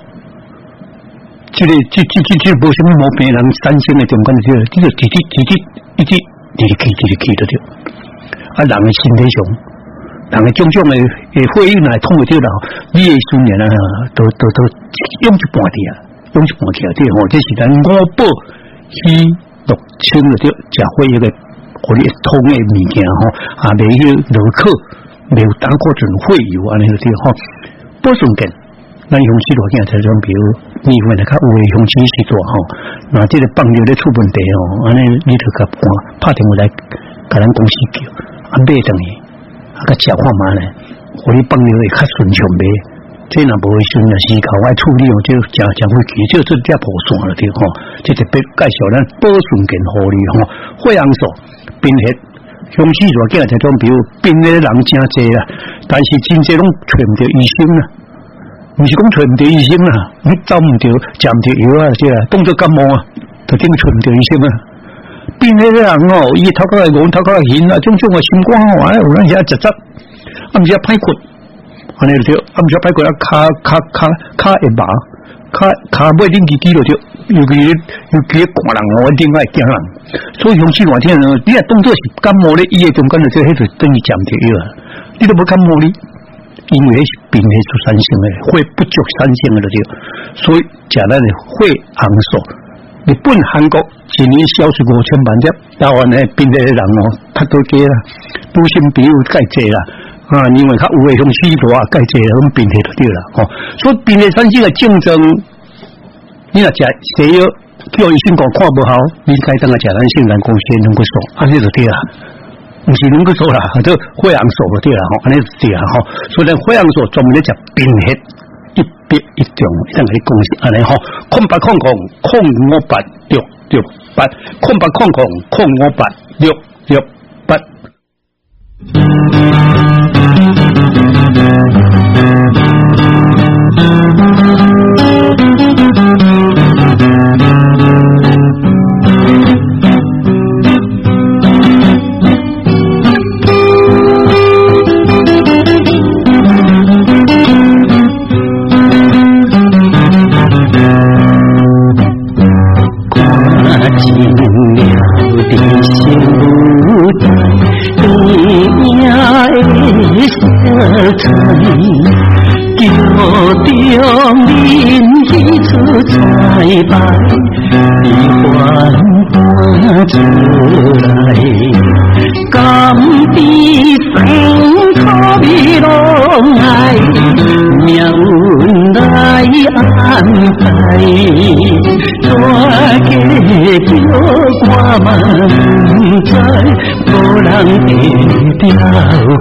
这个这这这这无什么毛病，人三星的中间就对，这个直直直直一直直直去直直去就对。啊，人的身体上，人的种种的的血液来通就对啦。你的孙年啊，都都都用一半的啊，用一半起来对吼。这是咱我保喜乐清就对，食血液的，互你通的物件吼，啊，袂去落课，袂有胆固醇、血油安尼就对吼。保顺健。咱用许多囝才种，比如你问来较有诶用钱时做吼，那这个放尿咧出问题吼，安尼你就甲拍电话来，甲咱公司叫，啊买等于，啊甲食看嘛咧，互你放尿会较顺畅买，这若无诶时阵也是靠爱处理哦，就诚诚会记，就这只破线了对吼，这特别介绍咱保顺健护理吼，血红素、贫血。用许多囝才种，比如贫血人真济啊，但是真济拢找唔到医生啊。唔是讲找唔到医生啦，你找唔到，食唔到药啊，即係當作感冒啊，就點找唔到醫生啊？變起啲人哦，伊頭殼係黃，頭殼係顯啊，種種嘅心肝啊，有陣時啊雜雜，啊唔是啊排骨，安尼就啊唔是啊排骨啊，卡卡卡卡會麻，卡卡尾頂幾幾就對，尤其尤其寒人哦，另外驚人，所以用起熱天呢，你係當作是感冒咧，伊嘅中間就即係就等於食唔到藥啊，你都冇感冒你。因为是病系出三性的，血不足三性的对，所以食咱的血红素。日本、韩国一年销出五千万只，台湾的病系的人哦，太多加啦，女性比例介济啦，啊，因为较有诶种许多啊，介济啦，种病系就对啦，吼、哦，所以病系三性的竞争你若食西药，叫医生讲看不好，你该当个食咱性蓝光鲜能够素，安尼就对啦。不是能够素啦，或者血氧素就对啦，吼，安尼就对啦，吼。所以血氧素专门咧食贫血，一别一种，一当个你讲是安尼吼，空八空空空五八六六八，空八空空空五八六六八。叫中人去出彩排，你还搬出来，甘比生土味拢爱，命运来安排，大家叫看嘛不知，无人会了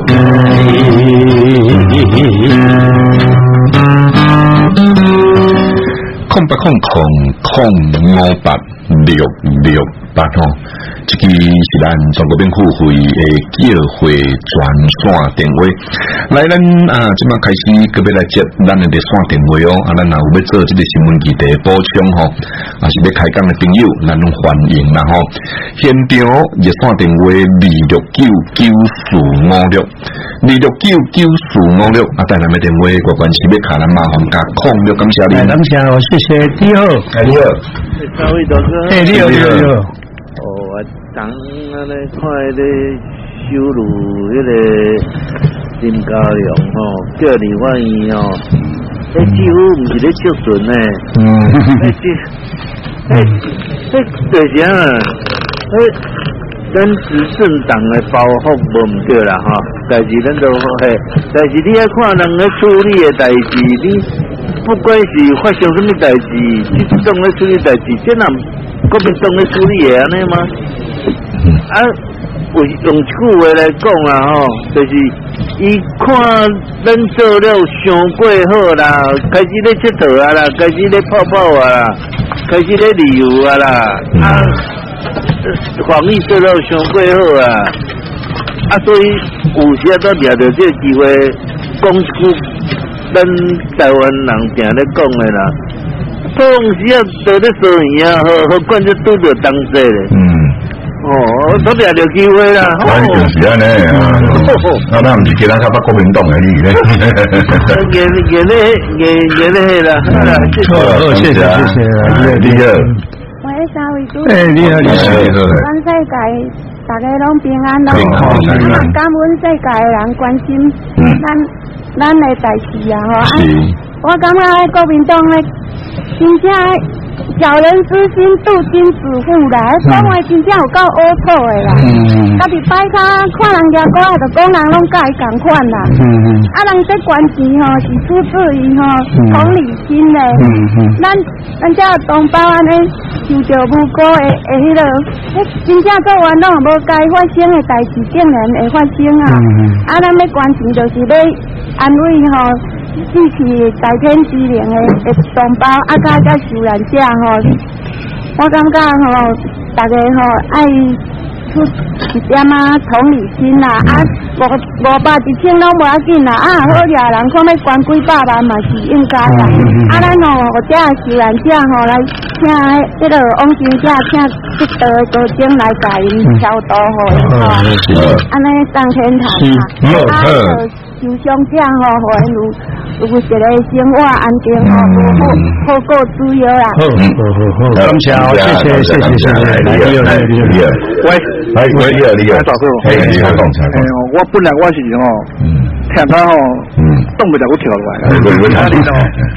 空八空空空五八六六八吼，这个是咱中国边付费的叫会专线电话。来，咱啊，即马开始个别来接咱的热线电话哦。啊，咱若有要做这个新闻议题补充吼，啊是要开讲的朋友，咱拢欢迎啦吼。现场热线电话二六九九四五六，二六九九四五六。啊，带咱的电话关关系要卡咱麻烦加空六，感谢你。 感谢我，谢谢你好， 你好， 各位大哥， 哎，你好，你好，你好。 哦，我当安尼看迄个收入迄个林高良吼，叫你欢迎吼，迄几乎毋是咧笑纯诶，嗯，迄迄迄就是啊，迄咱执政党诶包袱无毋对啦吼，但是咱都嘿，但是你爱看人咧处理诶代志，你。不管是发生什么代志，你这种咧处理代志，这人国民党咧处理的安尼吗？啊，有用一句话来讲啊吼，就是伊看咱做了伤过好啦，开始咧佚佗啊啦，开始咧泡泡啊啦，开始咧旅游啊啦，啊，防疫做了伤过好啊，啊，所以有时啊都掠着这个机会讲一句。咱台湾人定咧讲的啦，当时啊，在咧说伊啊，好好管就拄着当际咧。嗯。哦，都掠着机会啦。 完全是安尼啊！啊，咱毋是其他较捌国民党的你咧。 也也咧也也咧啦。 好，谢谢谢谢， 你好。 喂，三位主持人。哎，你好，你好。 全世界大家拢平安拢好，啊，感恩世界的人关心咱。咱的代志啊，吼！啊，我感觉国民党咧，真正小人之心度君子腹啦，讲话真正有够乌土的啦。家己摆卡看人家歌，就讲人拢甲伊共款啦。啊，人这捐钱吼是出自于吼同理心的。咱咱这同胞安尼受着无辜的的迄落，真正做完拢无该发生的代志，竟然会发生啊！啊，咱要捐钱就是要。安慰吼，支持大天之灵的的同胞，啊，甲甲受难者吼，我感觉吼，大家吼爱出一点啊同理心啦，啊，五五百一千拢无要紧啦，啊，好掠人看要捐几百万嘛是应该啦，啊，咱吼有遮受难者吼来请迄个往生者请这道的高僧来甲因超度好吼，安尼上天堂啊，啊。受伤者吼，互因有有一个生活安定吼，好好过自由啦。 好，好好好，感谢，谢谢谢谢谢谢，你好你好你好。 喂，喂喂你好你好， 大哥， 嘿你好，讲讲。 诶，我本来我是吼，听他吼，动不了我跳落来。 对对对。 这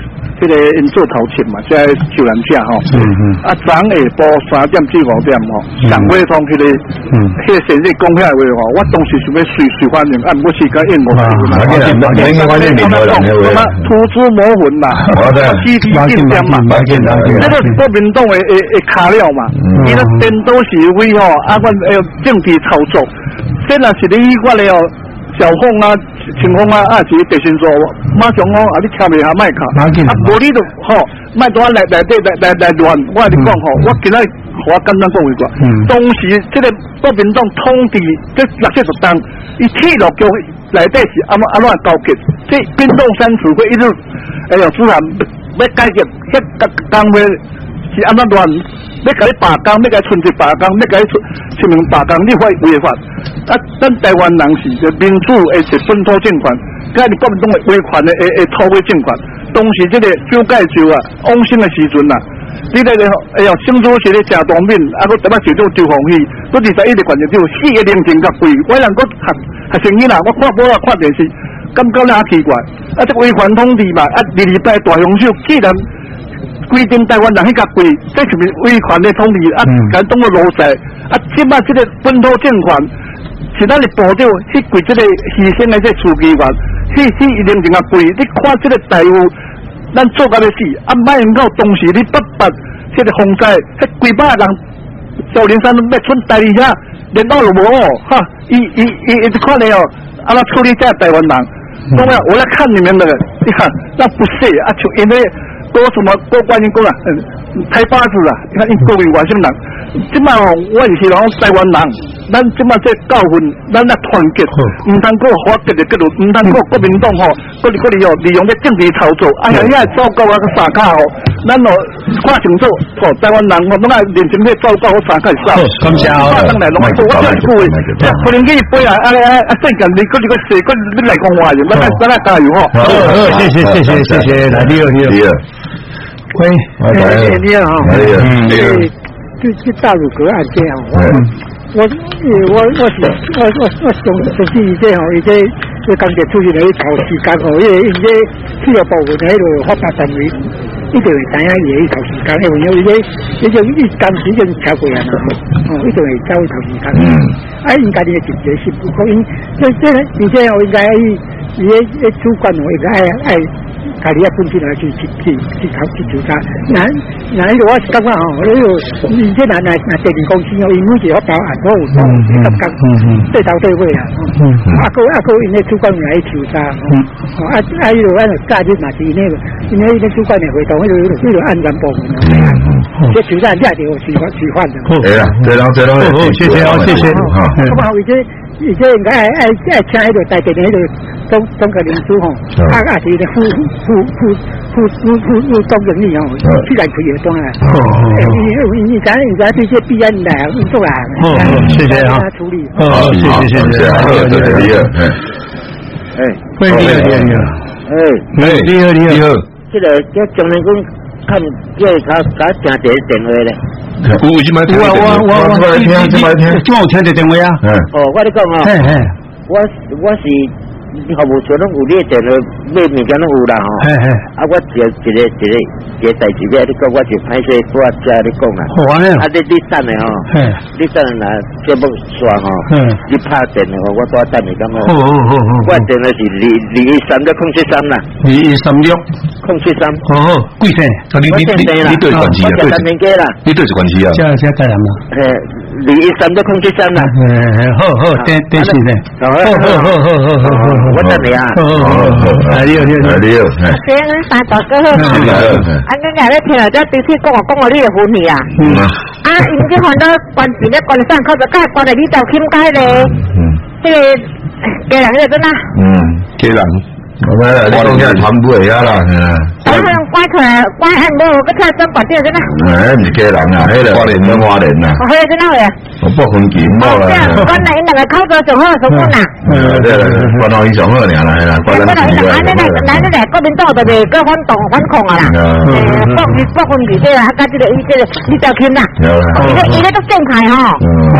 这个因做头前嘛，在球篮下吼，嗯嗯，啊，昨下晡三点至五点吼，上尾从迄个，嗯，迄个先生讲遐话吼，我当时想要随随反应，啊，我时间应我时嘛，我应该反正面对人的话，涂脂抹粉嘛，G P 竞争嘛，这个国民党的的的卡料嘛，伊个颠倒是为吼，啊，阮要政治操作，这若是你我了。小凤啊，清风啊，啊是地心座，马上讲啊，你车未下卖卡，啊，无你就吼，卖多来来来来来乱，我跟你讲吼，我今仔我简单讲一句，当时这个国民党统治这六七十档，伊铁路局内底是安安怎交结，这滨东山除非一直，哎呦，主任要解决，迄工会是安怎乱？要甲你罢工，要甲你春节罢工，要甲你出出名罢工，你会违法。啊，咱台湾人是个民主，而且本土政权，甲你国民党的威权的诶诶土尾政权。当时这个蒋介石啊，往生的时阵啊，你那个哎呀，新竹市的郑东敏，啊，佮台北市长周鸿祎，佮二十一个县长，四个零钱甲贵，我人佮学学生囡仔，我看报啊看电视，感觉哪奇怪？啊，这威权统治嘛，啊，二二代大雄秀，既然规定台湾人迄甲贵，这是咪威权的统治啊？甲当个奴才啊！即摆即个本土政权是咱的部长去跪即个牺牲的这书记员，去去一定定啊跪！你看即个台务，咱做到要死啊！卖用到当时你不把即个风灾，迄几百人少年山要出代理遐，连到都无哦！哈！伊伊伊伊一看了哦，啊那处理这台湾人，讲啊，我来看你们的，你看那不是啊，就因为。多什么多关心讲啊，嗯，台巴子啊，你看因各位外省人，即摆吼，我是讲台湾人，咱即摆这教训，咱来团结，唔通过法结的结论，唔通过国民党吼，嗰啲嗰啲哦，利用这政治操作，哎呀，遐糟糕啊个三卡哦，咱哦看清楚，吼，台湾人我们来认真去糟糕个三卡少， 感谢哦， 当然拢我我讲句，即不能去背啊，啊啊啊，最近你嗰啲个事，嗰你来讲话嘅，咱来咱来加油吼。 好，好，谢谢谢谢谢谢，来你好你好。 喂，哎，你好，嗯，就就大陆个案件哦，我我我是我我我上上次伊这吼，伊这这刚才出现了一头时间哦，因为因这气候保护喺度发达单位，一定会知影伊一头时间，因为因为这这种一暂时就超过啊嘛，哦，一定会走一头时间。嗯，啊，应该你嘅直接是不可以，这这而且我应该伊伊伊主管我应该爱爱。家己啊本身来去去去去考去调查，那那呢个我是感觉吼，呢个你这那那那电力公司哦，因为是好包案好有包，刚刚对头对尾啊，啊个啊个因为主管来调查，啊啊伊个按假日嘛是那个，因为那主管来回答，那个那个安全部门啊，这调查也得有取换取换的。 对啦，对啦，对啦， 谢谢哦，谢谢。 好不好？而且而且应该爱爱爱请迄个台电迄个总总个领主吼，啊啊是个副副副副副副副总经理哦，去来开会当啊。哦哦。你你咱你咱这些弊案来做啊。 哦，谢谢啊。 处理。 哦，谢谢谢谢。 好，谢谢你啊。 哎， 欢迎你好你好。 哎， 哎，你好你好。 这个叫中人公看叫他他讲这电话嘞。 有什么？我我我我听听听，今有听这电话啊？ 哦，我你讲啊。嘿嘿。我我是。你服务处拢有你电话买物件拢有啦吼，啊我一个一个一个一个代志咧，你讲我就歹势拄啊遮你讲啦，啊你你等下吼，你等下若节目煞吼，你拍电话我拄啊等你讲哦，我电话是二二一三六空七三啦， 二一三六空七三， 好好，贵姓？你你你你对关系啊？ 我叫陈明基啦， 你对是关系啊？这这在人啦， 诶，二一三六空七三啦， 好好，电电视咧，好好好好好好好。 我等你啊！ 哦哦哦，你好你好你好。 这样三大哥好嘛？啊，你伢咧听了这电视讲我讲我你就欢喜啊！啊，因这看到关系咧关上靠着盖关在你头倾盖咧，这个家人咧真啊。 嗯，家人。我们你讲遐传播遐啦， 我可能拐出来，拐很多，个太真管掉真啊。 哎，唔是家人啊，迄个花莲的花莲呐。 哦，迄个真好呀。 我不分钱冇啦。 关来因两个靠着上好上好呐。 嗯，对啦，关到伊上好尔啦，啦，关咱自己。 啊，咱咱咱咱国民党就袂个反动反抗啊啦。诶，不不分钱这啊，甲这个伊这个你条钱啦。伊个伊个都正派吼。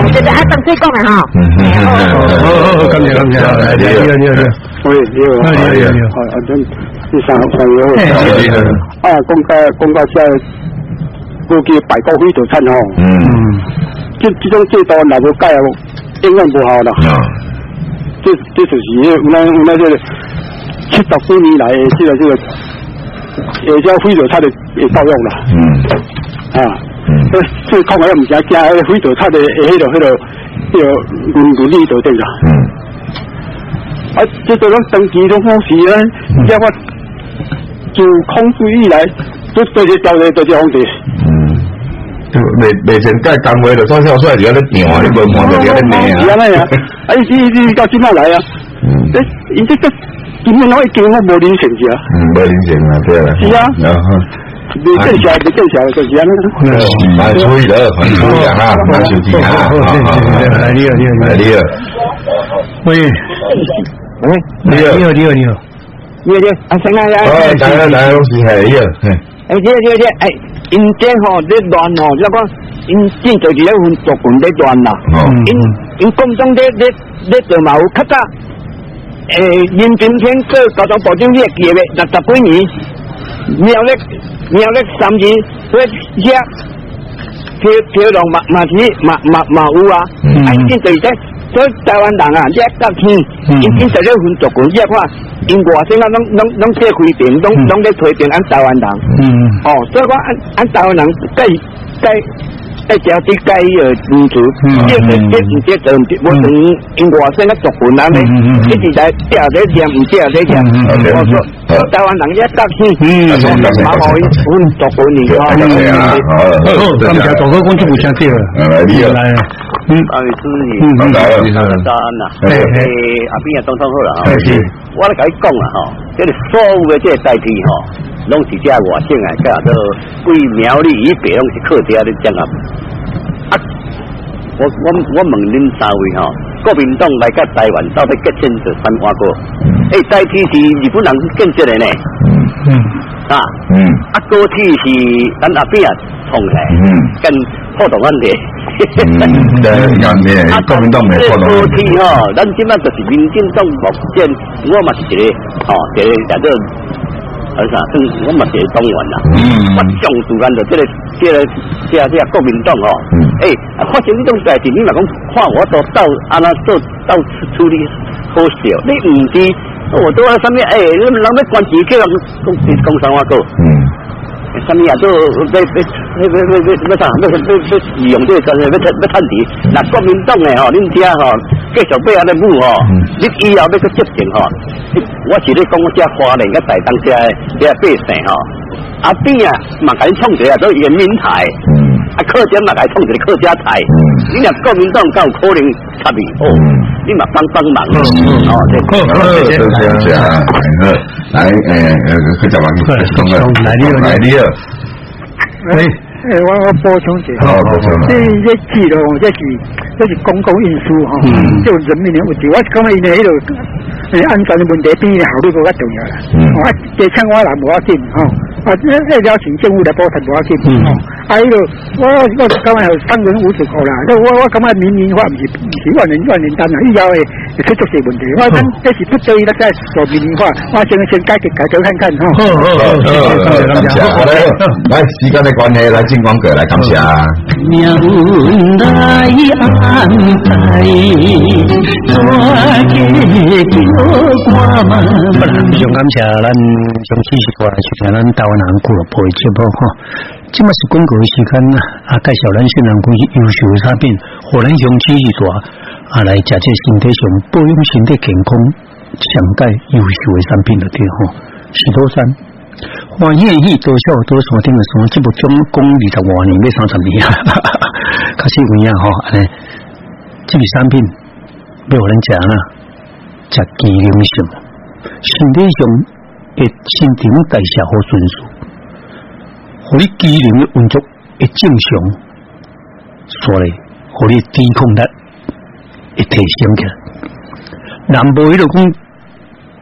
这个爱当谁讲的哈？ 嗯嗯哦哦，感谢感谢，你好你好你好， 喂你好，你好你好，啊真你上上有啊，讲到讲到这，估计百高飞就惨吼。嗯。这这种制度若无改啊，永远无效啦。这这就是有那有那这个七十几年来的这个这个，而且非常差的的作用啦。嗯。啊。嗯。这这看起来唔是惊，迄非常差的，迄个迄个迄个伦伦理道德啦。嗯。啊，这个拢长期拢好事咧，即我自控制以来，都对这条例对这皇帝。 未未成改工话就算跳出来就喺度调啊！你无看到你喺度咩啊？ 是安尼啊！啊，你你你到即摆来啊？嗯，你你这个根本我已经我无人性啊！ 嗯，无人性啊，对啦。 是啊。啊哈。你更小，你更小就是安尼。 来注意了，很注意啊！拿手机啊！好好好， 来你好，你好， 你好。 喂， 喂， 你好，你好，你好，你好。 你好，啊，先啊， 哦，大家大家拢是系你好，嘿。 哎，这这这，哎，因这吼咧乱吼，那个因正就是咧分族群咧乱啦。因因公众咧咧咧做嘛有较早，诶，任平天做交通部长你会记得六十几年，苗咧苗咧三年，所以遐漂漂浪嘛嘛是嘛嘛嘛有啊。啊，因就是咧，所以台湾人啊，一到天，因因就咧分族群，你看。因外省啊，拢拢拢做规定，拢拢咧推定按台湾人。嗯。哦，所以讲按按台湾人该该该交啲该个民主，即即即唔即就唔我等因外省啊族群啊咧，一直在调咧调，唔调咧调。我说台湾人一得起，嗯，马可以分族群嚟噶。 好，咁就大哥讲出唔正啲啦。 嚟啲啊。 嗯，啊，主持人， 嗯， 你好，早安呐。诶，阿边啊，总统好啦，哈。我咧甲你讲啊，吼，即个所有嘅即个代志吼，拢是遮外省啊，甲做归苗栗以北拢是客家咧讲啊。啊，我我我问恁三位吼，国民党来甲台湾到底决戦就三花过？诶，代志是日本人建设的呢。嗯。啊。嗯。啊，过去是咱阿边啊创的。嗯。跟破洞问题。 嗯，对，人哋国民党未破洞。 过去吼，咱即摆就是民进党目前，我嘛是一个吼，一个叫做啊啥，我嘛是一个党员啦。嗯。我上主干就即个即个即个即个国民党吼。嗯。诶，啊，发生呢种代志，你嘛讲看我都到安那做到处理好笑，你唔知我都喺上面诶，你人要关自己人讲讲啥话个？嗯。什么啊？都要要要要要要啥？要要要利用这个要要要趁钱。那国民党的吼，恁遮吼继续要安尼舞吼，你以后要去执政吼，我是咧讲我遮花莲甲台东遮遮百姓吼，阿边啊嘛甲你创一个做圆明台，啊客家嘛甲你创一个客家台，你若国民党敢有可能插你哦？你嘛帮帮忙咯，哦，对， 谢谢谢谢啊，来诶呃，客家话讲个，来你来你。 哎，哎，我我补充一下，这这记录这是这是公共运输哈，就人民的问题。我是讲因为迄个诶安全的问题比效率更加重要啦。我这抢我人无要紧吼，啊这这了请政府来补贴无要紧吼。啊迄个我我是感觉三人五指口啦，我我感觉民营化唔是唔是万人万人单啦，以后诶会出足些问题。我讲这是不对于那个做民营化，我先先改革改革看看吼。好好好， 感谢，好嘞，来时间的关系来进广告来感谢。 命运来安排，带给叫我们。 不然，上感谢咱上次是过来收听咱台湾人俱乐部的节目哈。即嘛是广告的时间啊，啊介绍咱新人公司优秀的产品，互咱上次是说啊来食这身体上保养身体健康上介优秀的产品了对吼，石头山。欢喜喜多少多山顶的山，这部总共二十多年，要三十年啊！确实有影吼，安尼，这个产品要互咱食啦，食机能性，身体上的新陈代谢好迅速，互你机能的运作会正常，所以互你抵抗力会提升起来。南部迄个讲，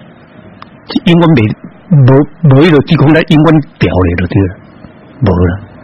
永远袂。无无迄个抵抗力永远掉咧就对了，无啦，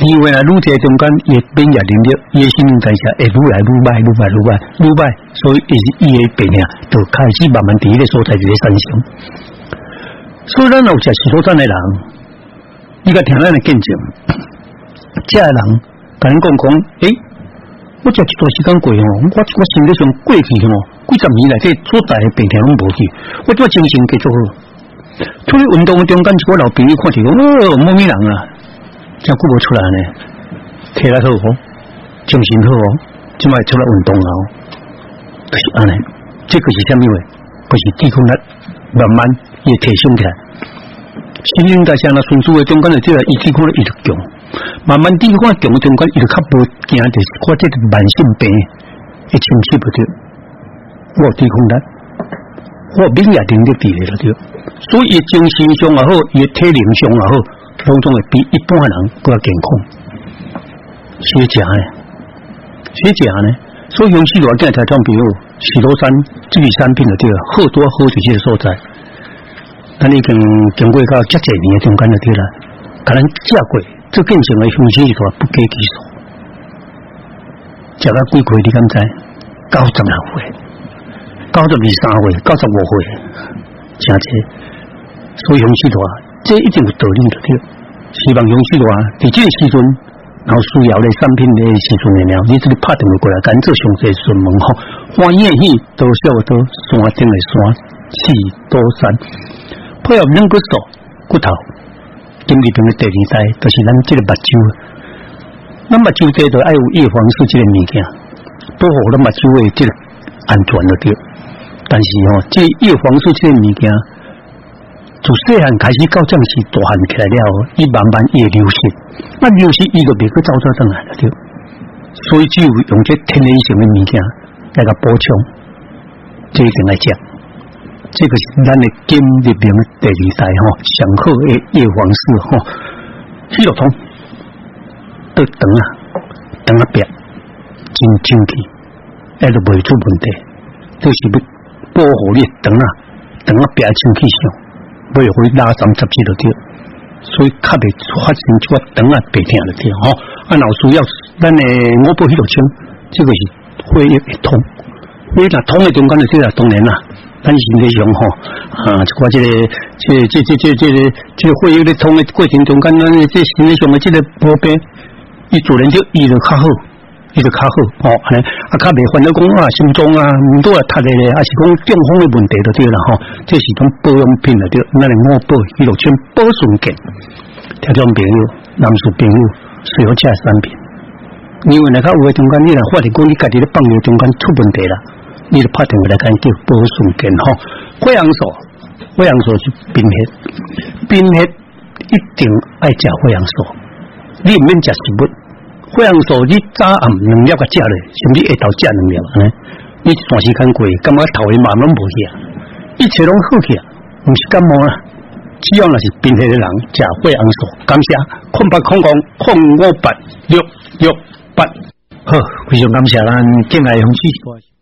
因为啊，愈在中间也免疫能力，也新陈代谢会愈来愈歹，愈来愈歹，愈歹，所以也是伊个病啊，就开始慢慢伫迄个所在一个产生。所以咱有食许多赞的人，伊个听咱的见证，这个人甲咱讲讲，诶、欸，我食一段时间过哦，我我身体上过去哦，几十年来这所在的病痛拢无去，我做精神继续好。出去运动中间，一个老朋友看起讲，哦，某某人啊，真久无出来呢，体力好哦，精神好哦，即摆出来运动啊，就是安尼，这个是啥物话？就是抵抗力慢慢也提升起来。新陈代谢那迅速的中间的这个伊抵抗力伊就强，慢慢抵抗强中间伊就较无惊，就是看这个慢性病会清晰不对，我抵抗力，我免疫能力伫咧了对。所以精神上也好，伊体能上也好，拢总会比一般人更加健康。是食呢，是食呢。所以用许多今日台中比如许多山这类产品的对，好多好这些所在，咱已经经过到遮侪年中间的对啦，可能食过，这更成为风险是大不计其数。食到几岁你敢知？九十六岁，九十二三岁，九十五岁。真济，所以勇士大，这一定有道理的对。希望勇士大伫这个时阵，然后需要的产品的时阵了，你这个拍电话过来，干做详细询问吼。欢迎去多少多山顶的山，四多山，配合两个手骨头，今日边的第二代，就是咱这个目睭。咱目睭这就爱有叶黄素这个物件，保护咱目睭的这个安全的对。但是吼、哦，这叶黄素这个物件，从细汉开始到这时大汉起来了，伊慢慢也流失，那流失伊就别个走走上来了对。所以只有用这天然性的物件来个补充，这一定来讲，这个是咱的金入面第二代吼上好的叶黄素吼，迄落通都长啊，长啊变，真清气，那就袂出问题，就是要。保护你等啊，等啊，别清气上，不会拉伤十几就对，所以较袂发生这个等啊白疼就对吼。啊，老需要咱的我不迄落清，这个是血液会通，血液通的中间就对啦，当然啦，咱身体上吼啊，一寡这个这这这这这个这个血液咧通的过程中间，咱这身体上的这个毛病，伊自然就伊就较好。伊就较好，哦，安尼啊，较袂烦恼讲啊，心脏啊，唔多啊，塌咧咧，啊是讲中风的问题就对啦，吼，这是种保养品了对，咱的我保迄落像保顺健，听众朋友、男士朋友需要这产品，因为那个有的中间你若发现讲你家己咧放药中间出问题啦，你就拍电话来讲叫保顺健吼，血氧素，血氧素是贫血，贫血一定爱食血氧素，你唔免食食物。血氧素你早暗两粒个食咧，甚至下昼食两粒安尼，你一段时间过，感觉头会慢慢无去啊，一切拢好去啊，唔是感冒啦。只要那是贫血的人，食血氧素，感谢空八空空空五八六六八，好，非常感谢咱敬爱勇士。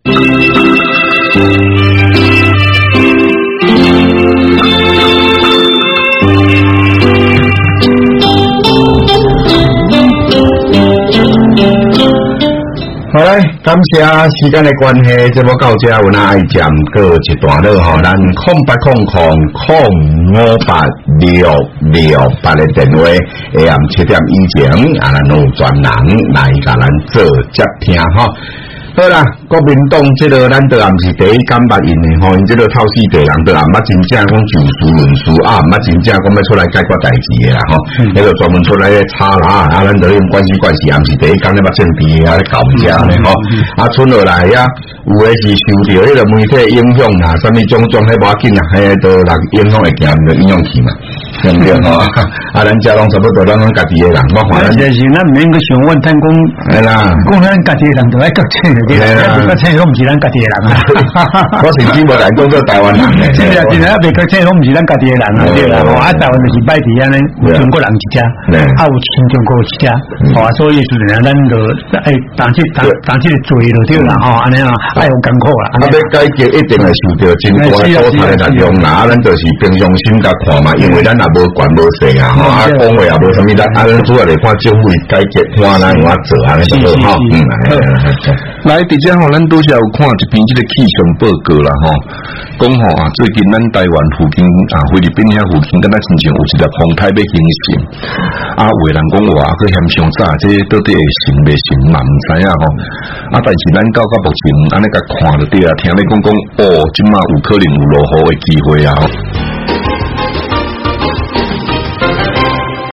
好嘞，感谢时间的关系，这么到这有那爱占过一段落吼，咱空八空空空五八六六八的电话，下暗七点以前，啊，咱有专人来甲咱做接听吼。好啦，国民党这个咱都也毋是第一敢捌因的吼，因这个透视地人都也毋捌真正讲就事论事啊，毋捌真正讲要出来解决代志的啦吼，迄个专门出来咧吵啦，啊，咱都用关系关系，也毋是第一敢咧捌政治啊咧搞遮咧吼，啊，剩落来呀，有诶是受到迄个媒体影响啦，啥物种种迄无要紧啦，迄都人影响会惊，就影响去嘛。对不对吼？啊，咱家拢差不多，咱咱家己的人，我看咱就是咱免个想问，但讲系啦， 讲咱家己的人都爱国钱的，对啦，国钱拢唔是咱家己的人啊。 我曾经无来讲做台湾人嘅， 真係真係啊，美國錢拢唔是咱家己的人啊，对啦，哦，啊，台灣就是擺地安尼，中國人一隻，啊有親中國一隻，哦，所以是呢，咱就愛當即當當即做就對啦，吼，安尼啊，愛有艱苦啦。 啊，要解決一定係受到真大嘅所在嘅力量啦，咱就是平常心甲看嘛，因為咱也无管无细啊，吼啊讲话也无啥物咱啊咱主要来看政府改革，看咱怎做安尼就好吼。嗯， 来，伫遮吼，咱拄则有看一篇即个气象报告啦吼，讲吼啊，最近咱台湾附近啊，菲律宾遐附近，敢若真正有一粒风台要形成，啊，有人讲话佫嫌上早，这到底会成袂成嘛？毋知影吼。啊，但是咱到到目前安尼甲看着对啊，听你讲讲，哦，即马有可能有落雨的机会啊。